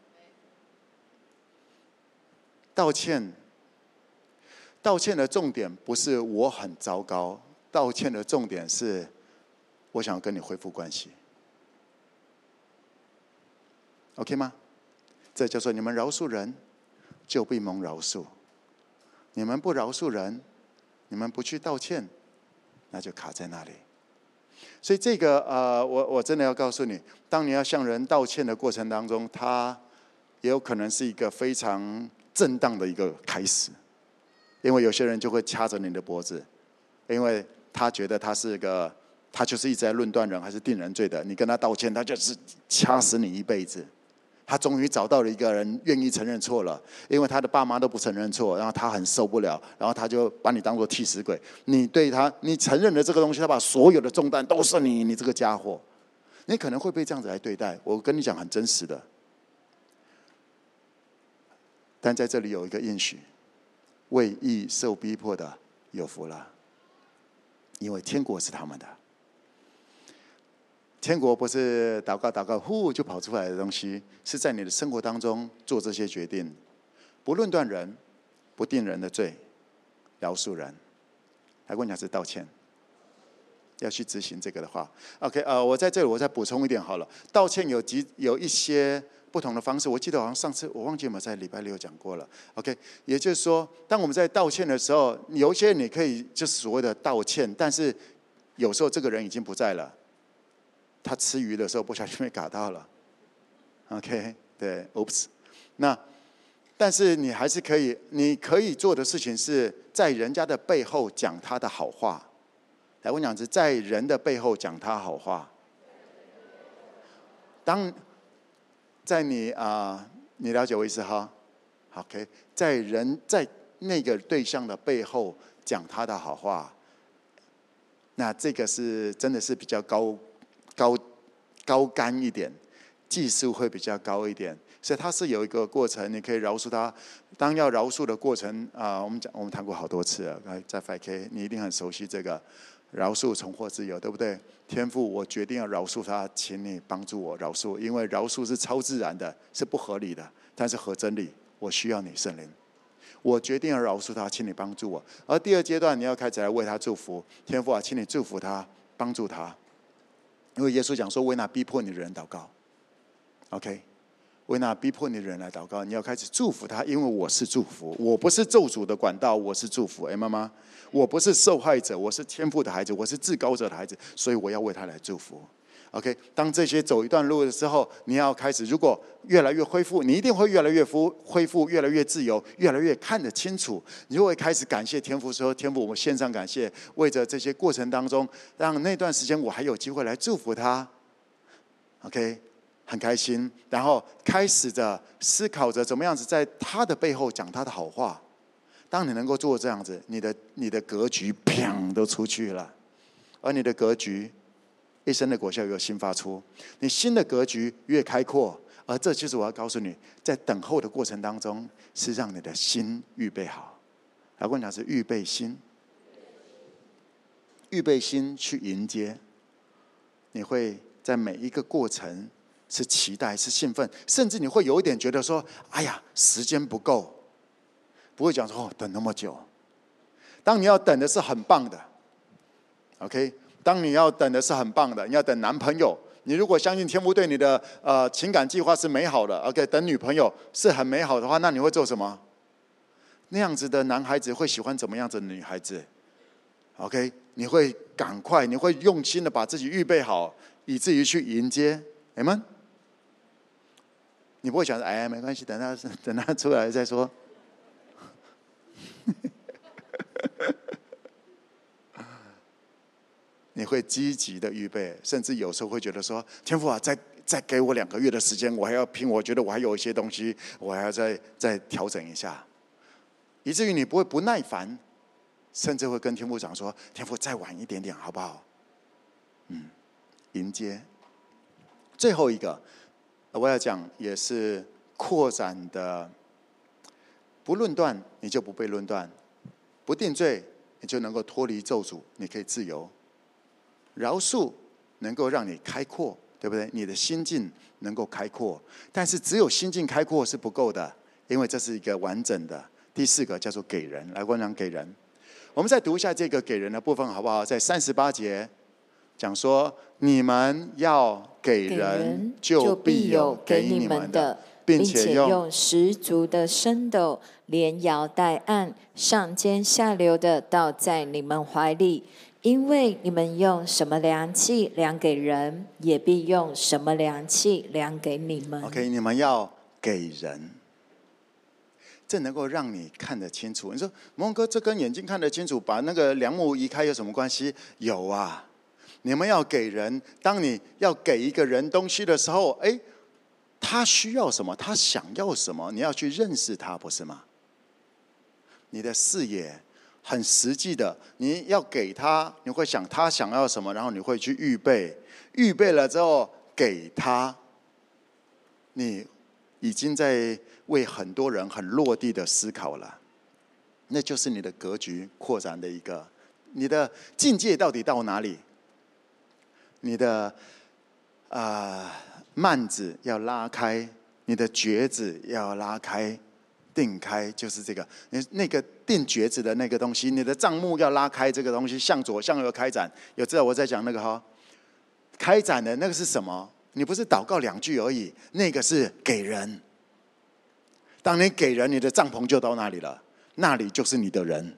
道歉的重点不是我很糟糕，道歉的重点是我想要跟你恢复关系。OK 吗？这叫做你们饶恕人，就必蒙饶恕；你们不饶恕人，你们不去道歉，那就卡在那里。所以这个我真的要告诉你，当你要向人道歉的过程当中，它也有可能是一个非常震荡的一个开始，因为有些人就会掐着你的脖子，因为他觉得他就是一直在论断人还是定人罪的，你跟他道歉，他就是掐死你一辈子。他终于找到了一个人愿意承认错了，因为他的爸妈都不承认错，然后他很受不了，然后他就把你当作替死鬼。你承认了这个东西，他把所有的重担都是你这个家伙，你可能会被这样子来对待。我跟你讲，很真实的。但在这里有一个应许，为义受逼迫的有福了，因为天国是他们的。天国不是祷告呼就跑出来的东西，是在你的生活当中做这些决定，不论断人，不定人的罪，饶恕人。来跟我讲是道歉，要去执行这个的话 ，OK， 我在这里我再补充一点好了。道歉有一些不同的方式，我记得好像上次我忘记有没有在礼拜六讲过了 ，OK， 也就是说，当我们在道歉的时候，有一些你可以就是所谓的道歉，但是有时候这个人已经不在了。他吃鱼的时候不小心被嘎到了 ，OK， 对 ，Oops。但是你还是你可以做的事情是在人家的背后讲他的好话。来，我讲是在人的背后讲他好话。在你了解我意思哈 ？OK， 在那个对象的背后讲他的好话，那这个是真的是比较高干一点，技术会比较高一点，所以它是有一个过程，你可以饶恕他。当要饶恕的过程我们谈过好多次了，在 5K 你一定很熟悉这个饶恕重获自由，对不对？天父，我决定要饶恕他，请你帮助我饶恕，因为饶恕是超自然的，是不合理的，但是合真理。我需要你圣灵，我决定要饶恕他，请你帮助我。而第二阶段，你要开始来为他祝福，天父啊，请你祝福他，帮助他。因为耶稣讲说，为那逼迫你的人祷告 ，OK， 为那逼迫你的人来祷告，你要开始祝福他，因为我是祝福，我不是咒诅的管道，我是祝福。妈妈，我不是受害者，我是天父的孩子，我是至高者的孩子，所以我要为他来祝福。OK， 当这些走一段路的时候，你要开始，如果越来越恢复，你一定会越来越恢复，越来越自由，越来越看得清楚。你就会开始感谢天父，说：“天父，我们献上感谢，为着这些过程当中，让那段时间我还有机会来祝福他。” OK， 很开心，然后开始着思考着怎么样子在他的背后讲他的好话。当你能够做这样子，你的格局砰都出去了，而你的格局。一生的果效由心发出，你新的格局越开阔，而这就是我要告诉你，在等候的过程当中，是让你的心预备好。来跟我讲是预备心，预备心去迎接你会在每一个过程是期待、是兴奋，甚至你会有一点觉得说：“哎呀，时间不够。”不会讲说：“哦，等那么久。”当你要等的是很棒的 ，OK。当你要等的是很棒的，你要等男朋友。你如果相信天父对你的情感计划是美好的 ，OK， 等女朋友是很美好的话，那你会做什么？那样子的男孩子会喜欢怎么样子的女孩子 ？OK， 你会赶快，你会用心的把自己预备好，以至于去迎接。Amen。你不会想着哎，没关系，等他出来再说。你会积极的预备，甚至有时候会觉得说：“天父啊，再给我2个月的时间，我还要拼。我觉得我还有一些东西，我还要再调整一下。”以至于你不会不耐烦，甚至会跟天父讲说：“天父，再晚一点点好不好？”迎接。最后一个，我要讲也是扩展的：不论断，你就不被论断；不定罪，你就能够脱离咒诅，你可以自由。饶恕能够让你开阔，对不对？你的心境能够开阔，但是只有心境开阔是不够的，因为这是一个完整的。第4个叫做给人，来，我讲给人。我们再读一下这个给人的部分好不好？在38节讲说：“你们要给人，就必有给你们的，并且用十足的升斗，连摇带按，上尖下流的倒在你们怀里。因为你们用什么量器量给人，也必用什么量器量给你们。” OK， 你们要给人，这能够让你看得清楚。你说蒙哥，这跟眼睛看得清楚，把那个梁木移开有什么关系？有啊，你们要给人。当你要给一个人东西的时候，他需要什么？他想要什么？你要去认识他，不是吗？你的视野很实际的，你要给他，你会想他想要什么，然后你会去预备，预备了之后给他，你已经在为很多人很落地的思考了。那就是你的格局扩展的一个，你的境界到底到哪里？你的幔子要拉开，你的橛子要拉开。定开就是这个，那个定橛子的那个东西，你的帐幕要拉开，这个东西向左向右开展。有知道我在讲那个哈？开展的那个是什么？你不是祷告2句而已，那个是给人。当你给人，你的帐篷就到那里了，那里就是你的人。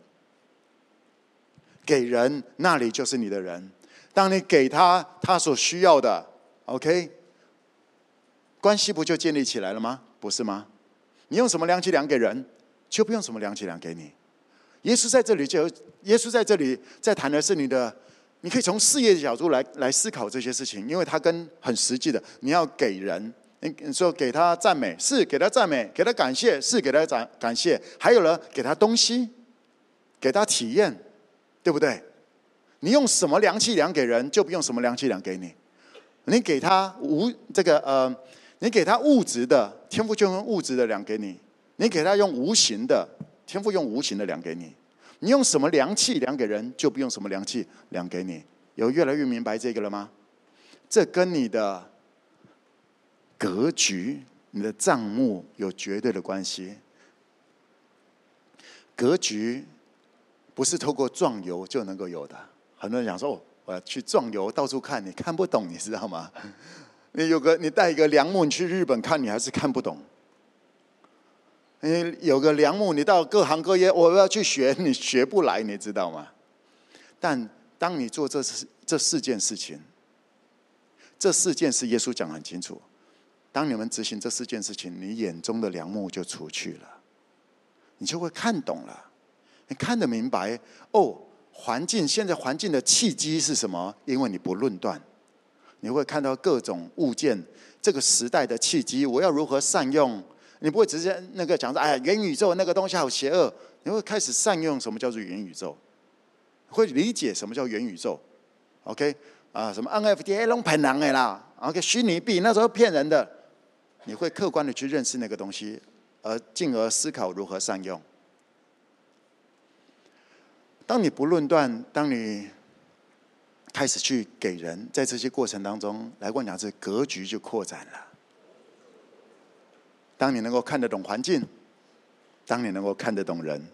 给人，那里就是你的人。当你给他他所需要的 ，OK， 关系不就建立起来了吗？不是吗？你用什么量器量给人，就不用什么量器量给你。耶稣在这里在谈的是你的，你可以从事业的角度来思考这些事情，因为它跟很实际的，你要给人，你说给他赞美，是给他赞美，给他感谢，是给他感谢，还有呢，给他东西，给他体验，对不对？你用什么量器量给人，就不用什么量器量给你。你给他你给他物质的，天父就用物质的量给你；你给他用无形的，天父用无形的量给你。你用什么量器量给人，就不用什么量器量给你。有越来越明白这个了吗？这跟你的格局、你的账目有绝对的关系。格局不是透过壮游就能够有的。很多人讲说：“哦，我要去壮游，到处看，你看不懂，你知道吗？”你带一个梁木，你去日本看，你还是看不懂。你有个梁木，你到各行各业，我要去学，你学不来，你知道吗？但当你做这4件事情，这4件事耶稣讲很清楚。当你们执行这4件事情，你眼中的梁木就除去了，你就会看懂了，你看得明白。现在环境的契机是什么？因为你不论断。你会看到各种物件，这个时代的契机，我要如何善用？你不会直接讲说，哎呀，元宇宙那个东西好邪恶。你会开始善用什么叫做元宇宙，会理解什么叫元宇宙。OK， 什么 NFT 都骗人的啦 ，OK， 虚拟币那时候骗人的，你会客观的去认识那个东西，而进而思考如何善用。当你不论断，当你开始去给人，在这些过程当中，来跟我讲，这格局就扩展了。当你能够看得懂环境，当你能够看得懂人，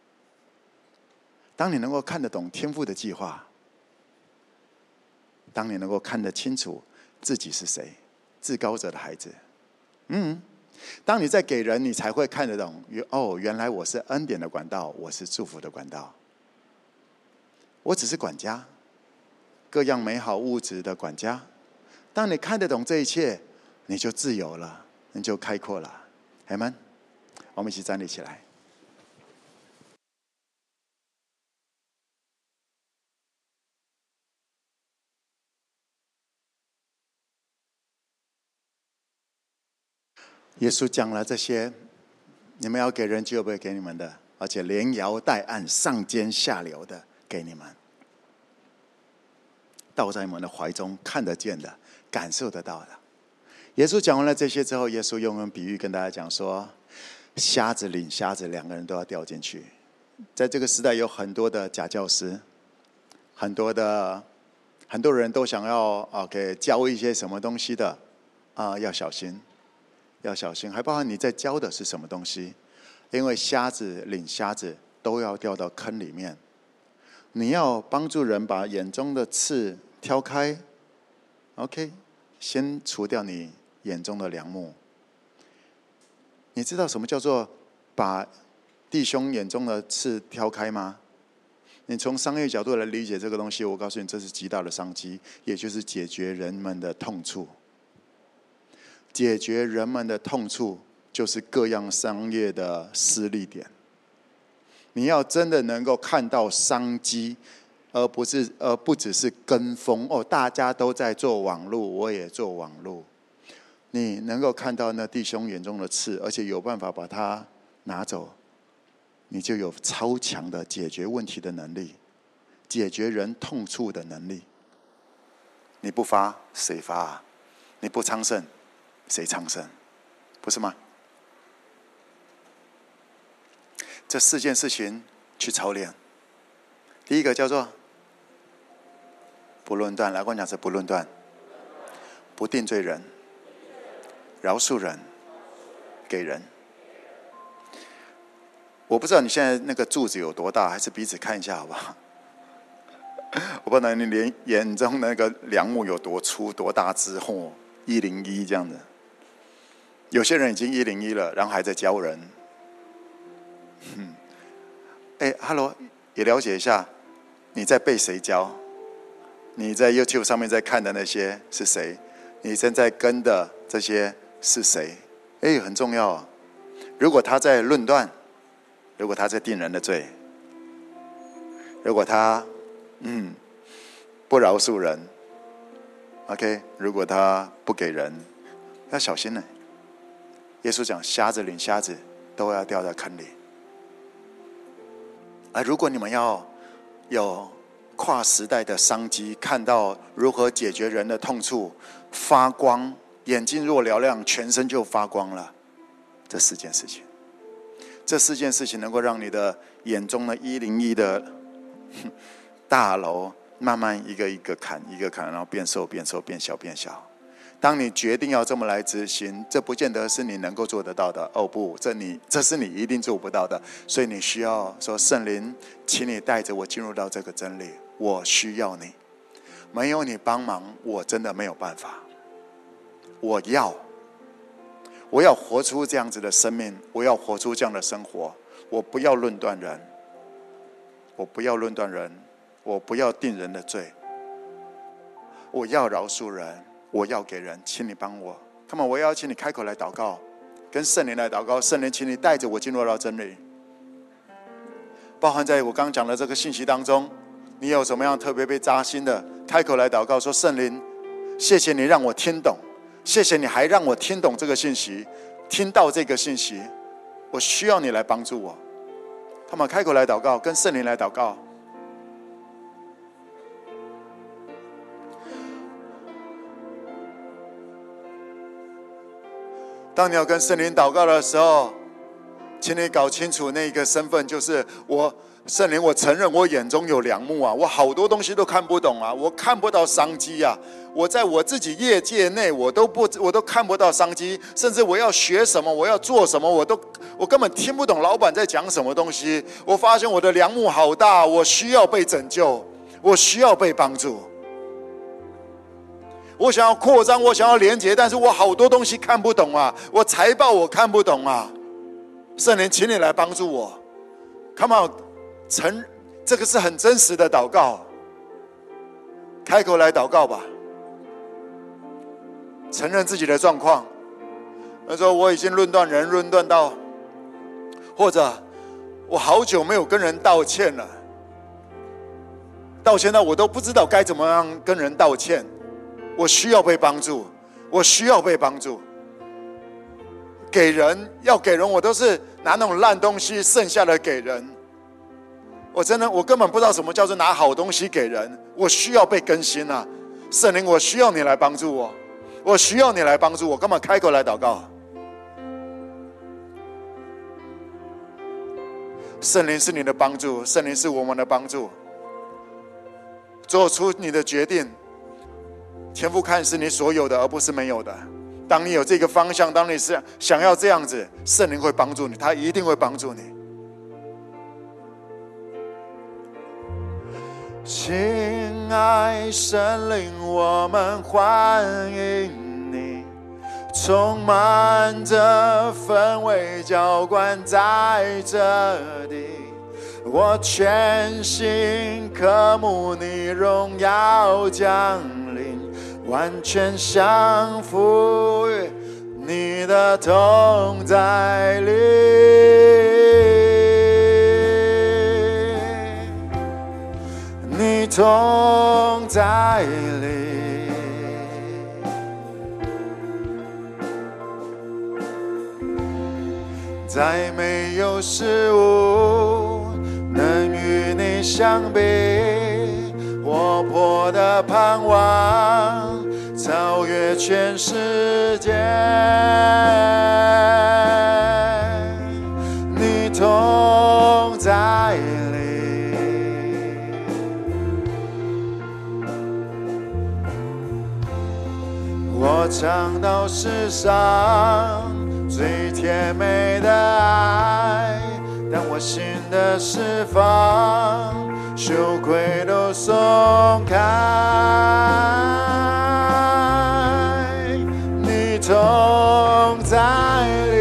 当你能够看得懂天父的计划，当你能够看得清楚自己是谁，至高者的孩子，当你在给人，你才会看得懂，原来我是恩典的管道，我是祝福的管道，我只是管家，各样美好物质的管家。当你看得懂这一切，你就自由了，你就开阔了。阿们，我们一起站立起来。耶稣讲了这些，你们要给人就会给你们的，而且连摇带按，上尖下流的给你们，倒在你们的怀中，看得见的，感受得到的。耶稣讲完了这些之后，耶稣用比喻跟大家讲说，瞎子领瞎子，两个人都要掉进去。在这个时代有很多的假教师，很多人都想要给教一些什么东西的要小心，要小心，还包含你在教的是什么东西，因为瞎子领瞎子都要掉到坑里面。你要帮助人把眼中的刺挑开 ，OK， 先除掉你眼中的梁木。你知道什么叫做把弟兄眼中的刺挑开吗？你从商业角度来理解这个东西，我告诉你，这是极大的商机，也就是解决人们的痛处。解决人们的痛处，就是各样商业的私利点。你要真的能够看到商机，而不只是跟风。大家都在做网络，我也做网络。你能够看到那弟兄眼中的刺，而且有办法把它拿走，你就有超强的解决问题的能力，解决人痛处的能力。你不发，谁发啊？你不昌盛，谁昌盛？不是吗？这4件事情去操练。第一个叫做不论断，来跟我讲是不论断，不定罪人，饶恕人，给人。我不知道你现在那个柱子有多大，还是彼此看一下好不好？我不知道你连眼中那个梁木有多粗多大只，101这样子。有些人已经101了，然后还在教人。Hello， 也了解一下，你在被谁教？你在 YouTube 上面在看的那些是谁？你正在跟的这些是谁？很重要啊。如果他在论断，如果他在定人的罪，如果他不饶恕人 ，OK， 如果他不给人，要小心呢。耶稣讲，瞎子领瞎子都要掉在坑里。如果你们要有跨时代的商机，看到如何解决人的痛处，发光，眼睛若嘹亮，全身就发光了。这4件事情，这4件事情能够让你的眼中的101的大楼，慢慢一个一个砍，一个砍，然后变瘦变瘦，变小变小。当你决定要这么来执行，这不见得是你能够做得到的。不，这是你一定做不到的。所以你需要说，圣灵，请你带着我进入到这个真理，我需要你，没有你帮忙，我真的没有办法。我要活出这样子的生命，我要活出这样的生活。我不要论断人，我不要论断人，我不要定人的罪，我要饶恕人，我要给人，请你帮我。Come on， 我要请你开口来祷告，跟圣灵来祷告。圣灵，请你带着我进入到真理。包含在我刚刚讲的这个信息当中，你有什么样特别被扎心的，开口来祷告说，圣灵，谢谢你让我听懂，谢谢你还让我听懂这个信息，听到这个信息，我需要你来帮助我。他们开口来祷告，跟圣灵来祷告。当你要跟圣灵祷告的时候， 请你搞清楚那个身份，就是我圣灵，我承认我眼中有梁木啊，我好多东西都看不懂啊，我看不到商机啊，我在我自己业界内我都看不到商机，甚至我要学什么，我要做什么，我根本听不懂老板在讲什么东西。我发现我的梁木好大，我需要被拯救，我需要被帮助。我想要扩张，我想要连结，但是我好多东西看不懂啊，我财报我看不懂啊。圣灵，请你来帮助我。Come on， 这个是很真实的祷告，开口来祷告吧。承认自己的状况。他说我已经论断人，论断到，或者我好久没有跟人道歉了，道歉到我都不知道该怎么样跟人道歉。我需要被帮助，我需要被帮助。要给人，我都是拿那种烂东西剩下的给人。我根本不知道什么叫做拿好东西给人。我需要被更新啊！圣灵，我需要你来帮助我，我需要你来帮助我。干嘛开口来祷告？圣灵是你的帮助，圣灵是我们的帮助。做出你的决定。天父看是你所有的，而不是没有的。当你有这个方向，当你是想要这样子，圣灵会帮助你，他一定会帮助你。亲爱圣灵，我们欢迎你，充满着氛围浇灌在这里。我全心渴慕你荣耀降临，完全降服于你的同在里。你同在里，再没有事物能与你相比，活泼的盼望超越全世界。你同在里，我尝到世上最甜美的爱，当我心的释放，羞愧都松开。你同在里，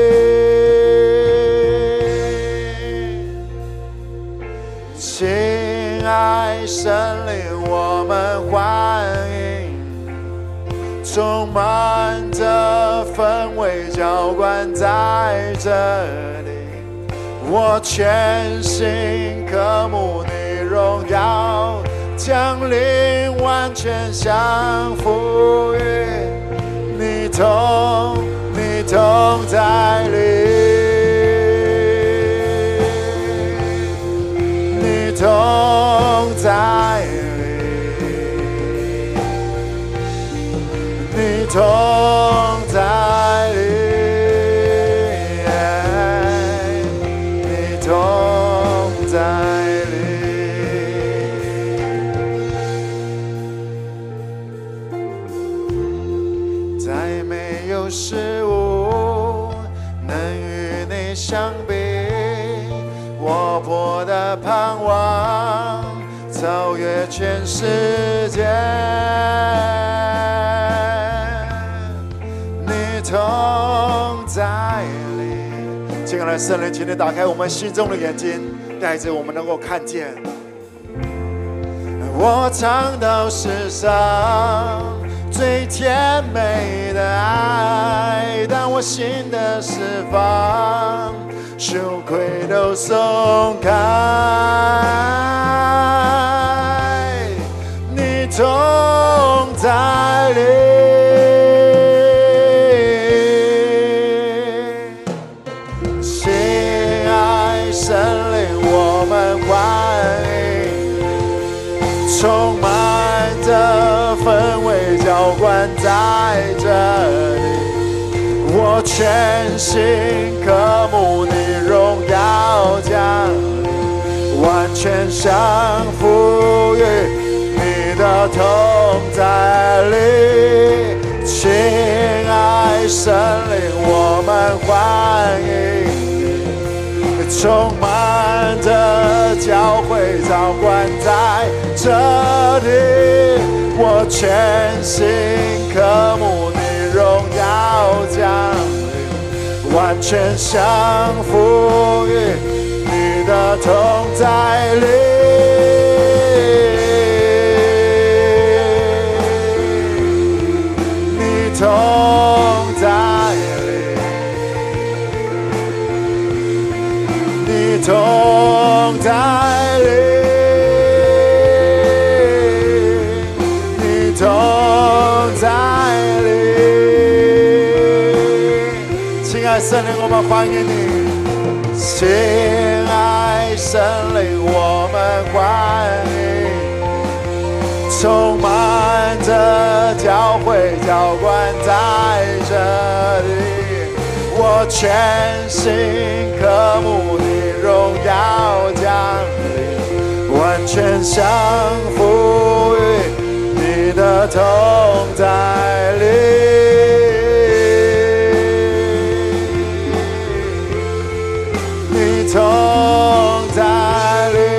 亲爱圣灵，我们欢迎，充满着氛围浇灌在这里。我全心渴慕你荣耀降临，完全降服于你同在里，你同在里，你同在里。事物能与你相比，活泼的盼望超越全世界。你同在里，亲爱的圣灵，请你打开我们心中的眼睛，带着我们能够看见。我尝到世上最甜美的爱，当我心的释放，羞愧都松开。你同在里，亲爱圣灵，我们欢迎，充满着氛围浇灌在这里，我全心渴慕你全降服于你的同在里。亲爱神灵，我们欢迎你，充满着教会掌管在这里。我全心渴慕你荣耀降临，完全降服于你的同在里。你同在里，你同在里，你同在里。亲爱圣灵，我们欢迎你。亲爱圣灵，我们欢迎，充满着教会浇灌在这里。我全心渴慕你荣耀降临，完全降服于你的同在里。你同在里，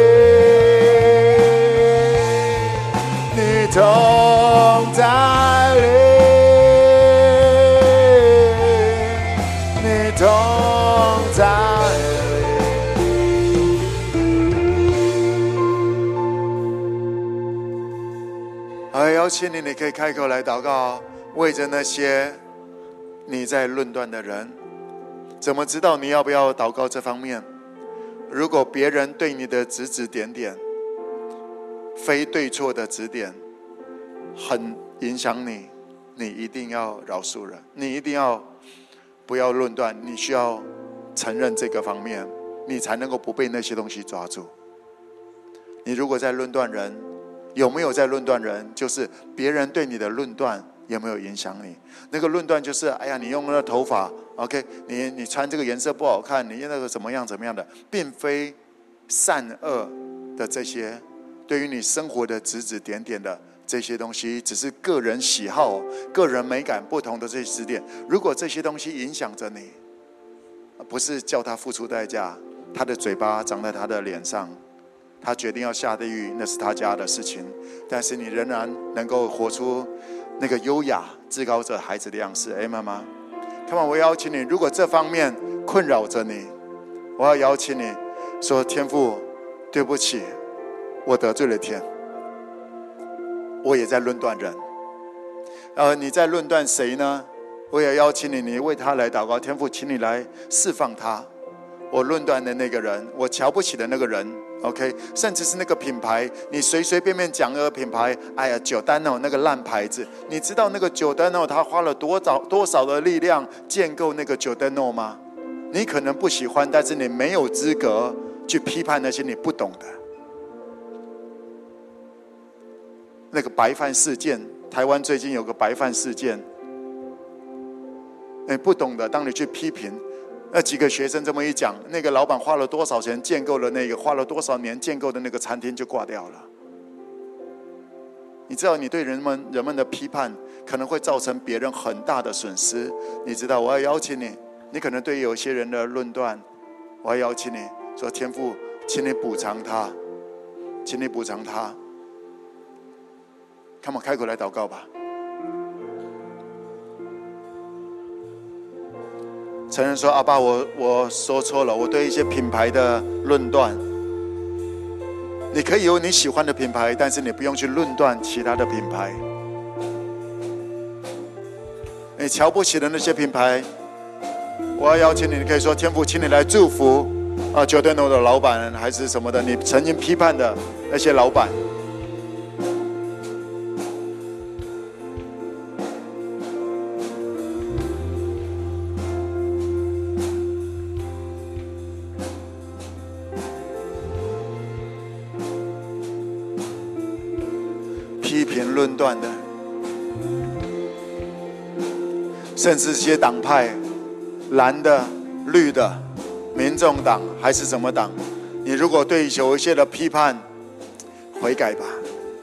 你同在里，你同在里。邀请你，你可以开口来祷告，为着那些你在论断的人。怎么知道你要不要祷告这方面？如果别人对你的指指点点，非对错的指点，很影响你，你一定要饶恕人，你一定要不要论断，你需要承认这个方面，你才能够不被那些东西抓住。你如果在论断人，有没有在论断人？就是别人对你的论断有没有影响你？那个论断就是，哎呀，你用那个头发 ，OK， 你穿这个颜色不好看，你那个怎么样怎么样的，并非善恶的这些，对于你生活的指指点点的这些东西，只是个人喜好、个人美感不同的这些指点。如果这些东西影响着你，不是叫他付出代价，他的嘴巴长在他的脸上。他决定要下地狱，那是他家的事情，但是你仍然能够活出那个优雅至高者孩子的样式。妈妈 Come on， 我邀请你，如果这方面困扰着你，我要邀请你说，天父，对不起，我得罪了天，我也在论断人。你在论断谁呢？我也邀请你，你为他来祷告。天父，请你来释放他，我论断的那个人，我瞧不起的那个人，OK， 甚至是那个品牌，你随随便便讲个品牌，哎呀，九丹哦，那个烂牌子，你知道那个九丹哦，他花了多少的力量建构那个九丹哦吗？你可能不喜欢，但是你没有资格去批判那些你不懂的。那个白饭事件，台湾最近有个白饭事件，不懂的，当你去批评。那几个学生这么一讲，那个老板花了多少钱建构了那个，花了多少年建构的那个餐厅就挂掉了。你知道，你对人们的批判可能会造成别人很大的损失。你知道，我要邀请你，你可能对有些人的论断，我要邀请你说，天父，请你补偿他，请你补偿他。Come on，开口来祷告吧。承认说，阿爸，我说错了，我对一些品牌的论断。你可以有你喜欢的品牌，但是你不用去论断其他的品牌。你瞧不起的那些品牌，我要邀请你，你可以说，天父，请你来祝福Giordano 的老板还是什么的，你曾经批判的那些老板。批评论断的，甚至一些党派，蓝的、绿的、民众党还是什么党， 你如果对有一些的批判，悔改吧，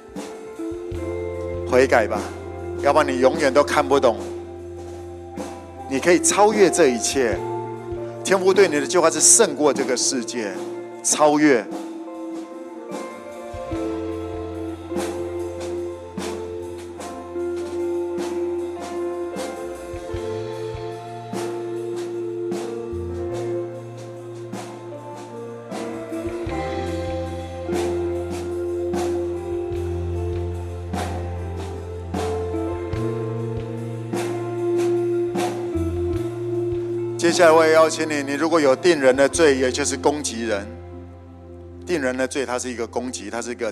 悔改吧，要不然你永远都看不懂。你可以超越这一切，天父对你的计划是胜过这个世界，超越。接下来我也邀请你，你如果有定人的罪，也就是攻击人，定人的罪，它是一个攻击，它是一个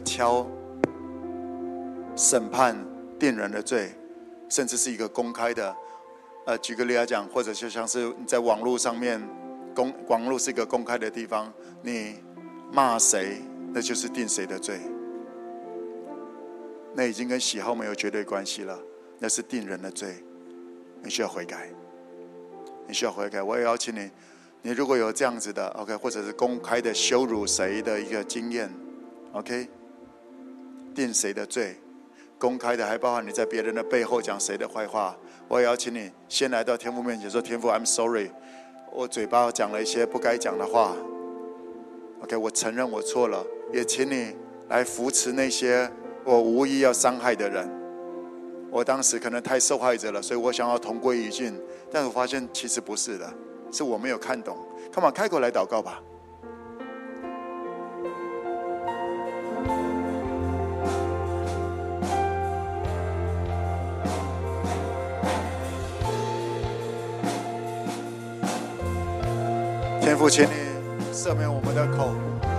审判定人的罪，甚至是一个公开的。举个例来讲，或者就像是你在网络上面，网络是一个公开的地方，你骂谁，那就是定谁的罪。那已经跟喜好没有绝对关系了，那是定人的罪，你需要悔改。你需要悔改，我也邀请你，你如果有这样子的 ，OK， 或者是公开的羞辱谁的一个经验 ，OK， 定谁的罪，公开的还包含你在别人的背后讲谁的坏话，我也邀请你先来到天父面前说：天父 ，I'm sorry， 我嘴巴讲了一些不该讲的话 ，OK， 我承认我错了，也请你来扶持那些我无意要伤害的人。我当时可能太受害者了，所以我想要同归于尽，但是我发现其实不是的，是我没有看懂。Come on， 开口来祷告吧。天父，请你赦免我们的口，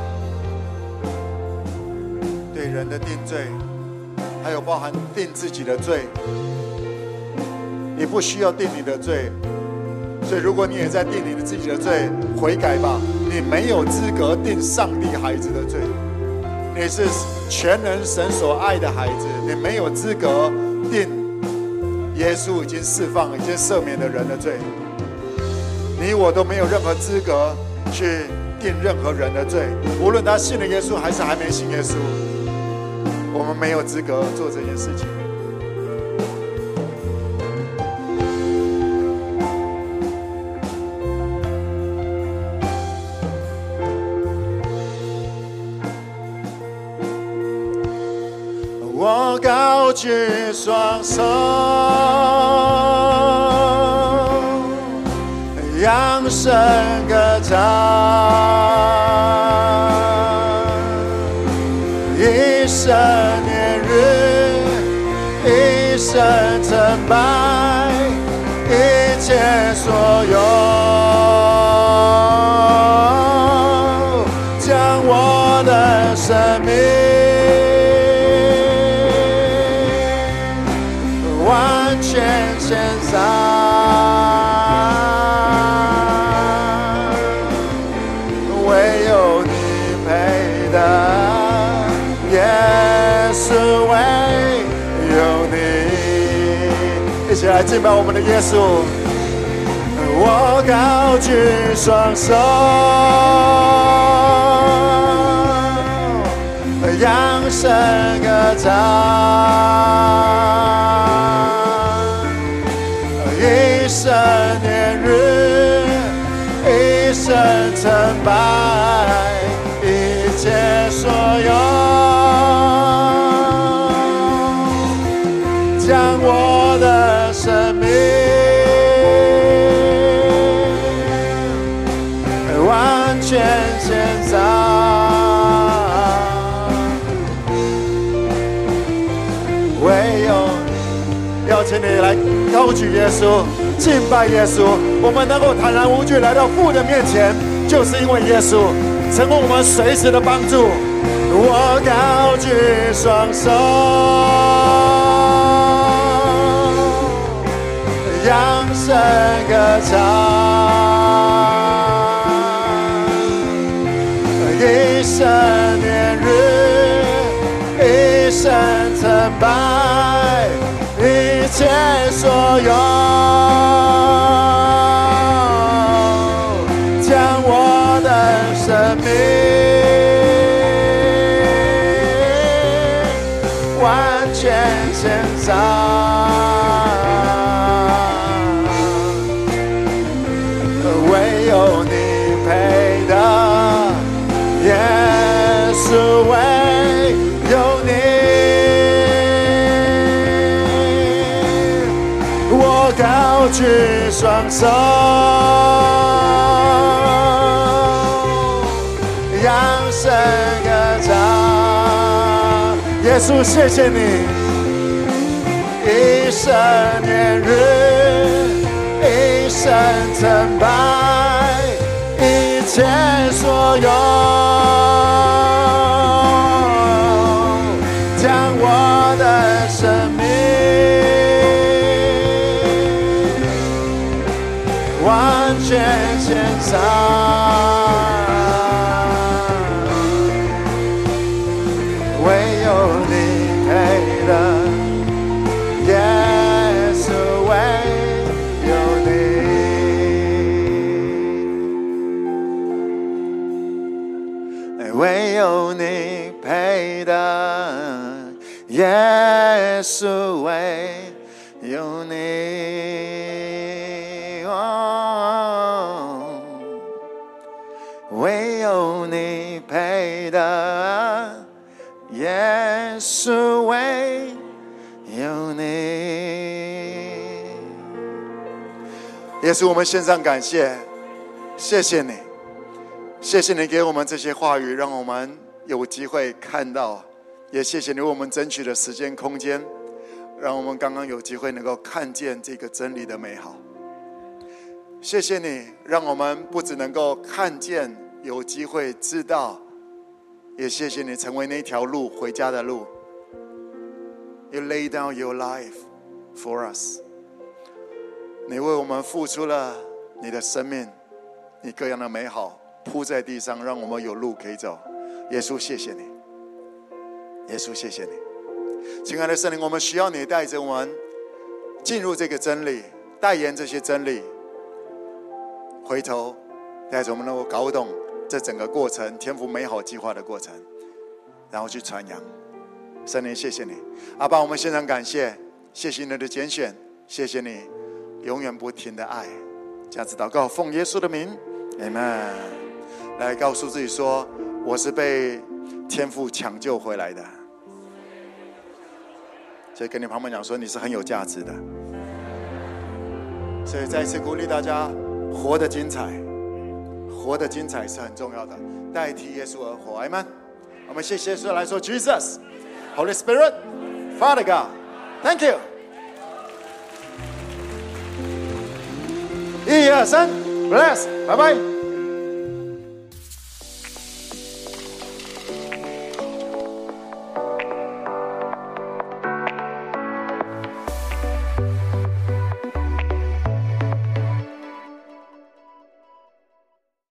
对人的定罪，还有包含定自己的罪。你不需要定你的罪，所以如果你也在定你自己的罪，悔改吧。你没有资格定上帝孩子的罪，你是全能神所爱的孩子，你没有资格定耶稣已经释放、已经赦免的人的罪。你我都没有任何资格去定任何人的罪，无论他信了耶稣还是还没信耶稣，我们没有资格做这件事情。我高举双手，扬声歌唱，一生年日，一生成败，一切所有，将我的生命完全献上。一起来敬拜我们的耶稣。我高举双手，扬声歌唱，一生年日，一生成败，一切所有，将我的生命完全献上。唯有邀请你来高举耶稣，敬拜耶稣。我们能够坦然无惧来到父的面前，就是因为耶稣成为我们随时的帮助。我高举双手，扬声歌唱，一生年日，一生成败，一切所有，将我的生命全献上，唯有你配的，耶稣，唯有你，我高举双手，扬声歌唱。耶稣，谢谢你，一生年日，一生成败，一切所有，将我的生命完全献上。唯有你配的，耶稣，唯有你，唯有你配的，耶稣，唯有你，唯有你配的，耶稣，唯有你。耶稣，我们献上感谢，谢谢你，谢谢你给我们这些话语，让我们有机会看到，也谢谢你为我们争取的时间空间，让我们刚刚有机会能够看见这个真理的美好。谢谢你，让我们不只能够看见，有机会知道，也谢谢你成为那条路，回家的路。You lay down your life for us。你为我们付出了你的生命，你各样的美好铺在地上，让我们有路可以走。耶稣，谢谢你。耶稣，谢谢你。亲爱的圣灵，我们需要你带着我们进入这个真理，代言这些真理，回头带着我们能够搞懂这整个过程，天父美好计划的过程，然后去传扬。圣灵，谢谢你。阿爸，我们献上感谢，谢谢你的拣选，谢谢你永远不停的爱。这样子祷告，奉耶稣的名 Amen。 来告诉自己说，我是被天父抢救回来的。所以跟你旁边讲说，你是很有价值的。所以再次鼓励大家，活得精彩，活得精彩是很重要的，代替耶稣而活。Amen。 我们谢谢耶稣来说 Jesus Holy Spirit Father God Thank you。 1、2、3 Bless， 拜拜。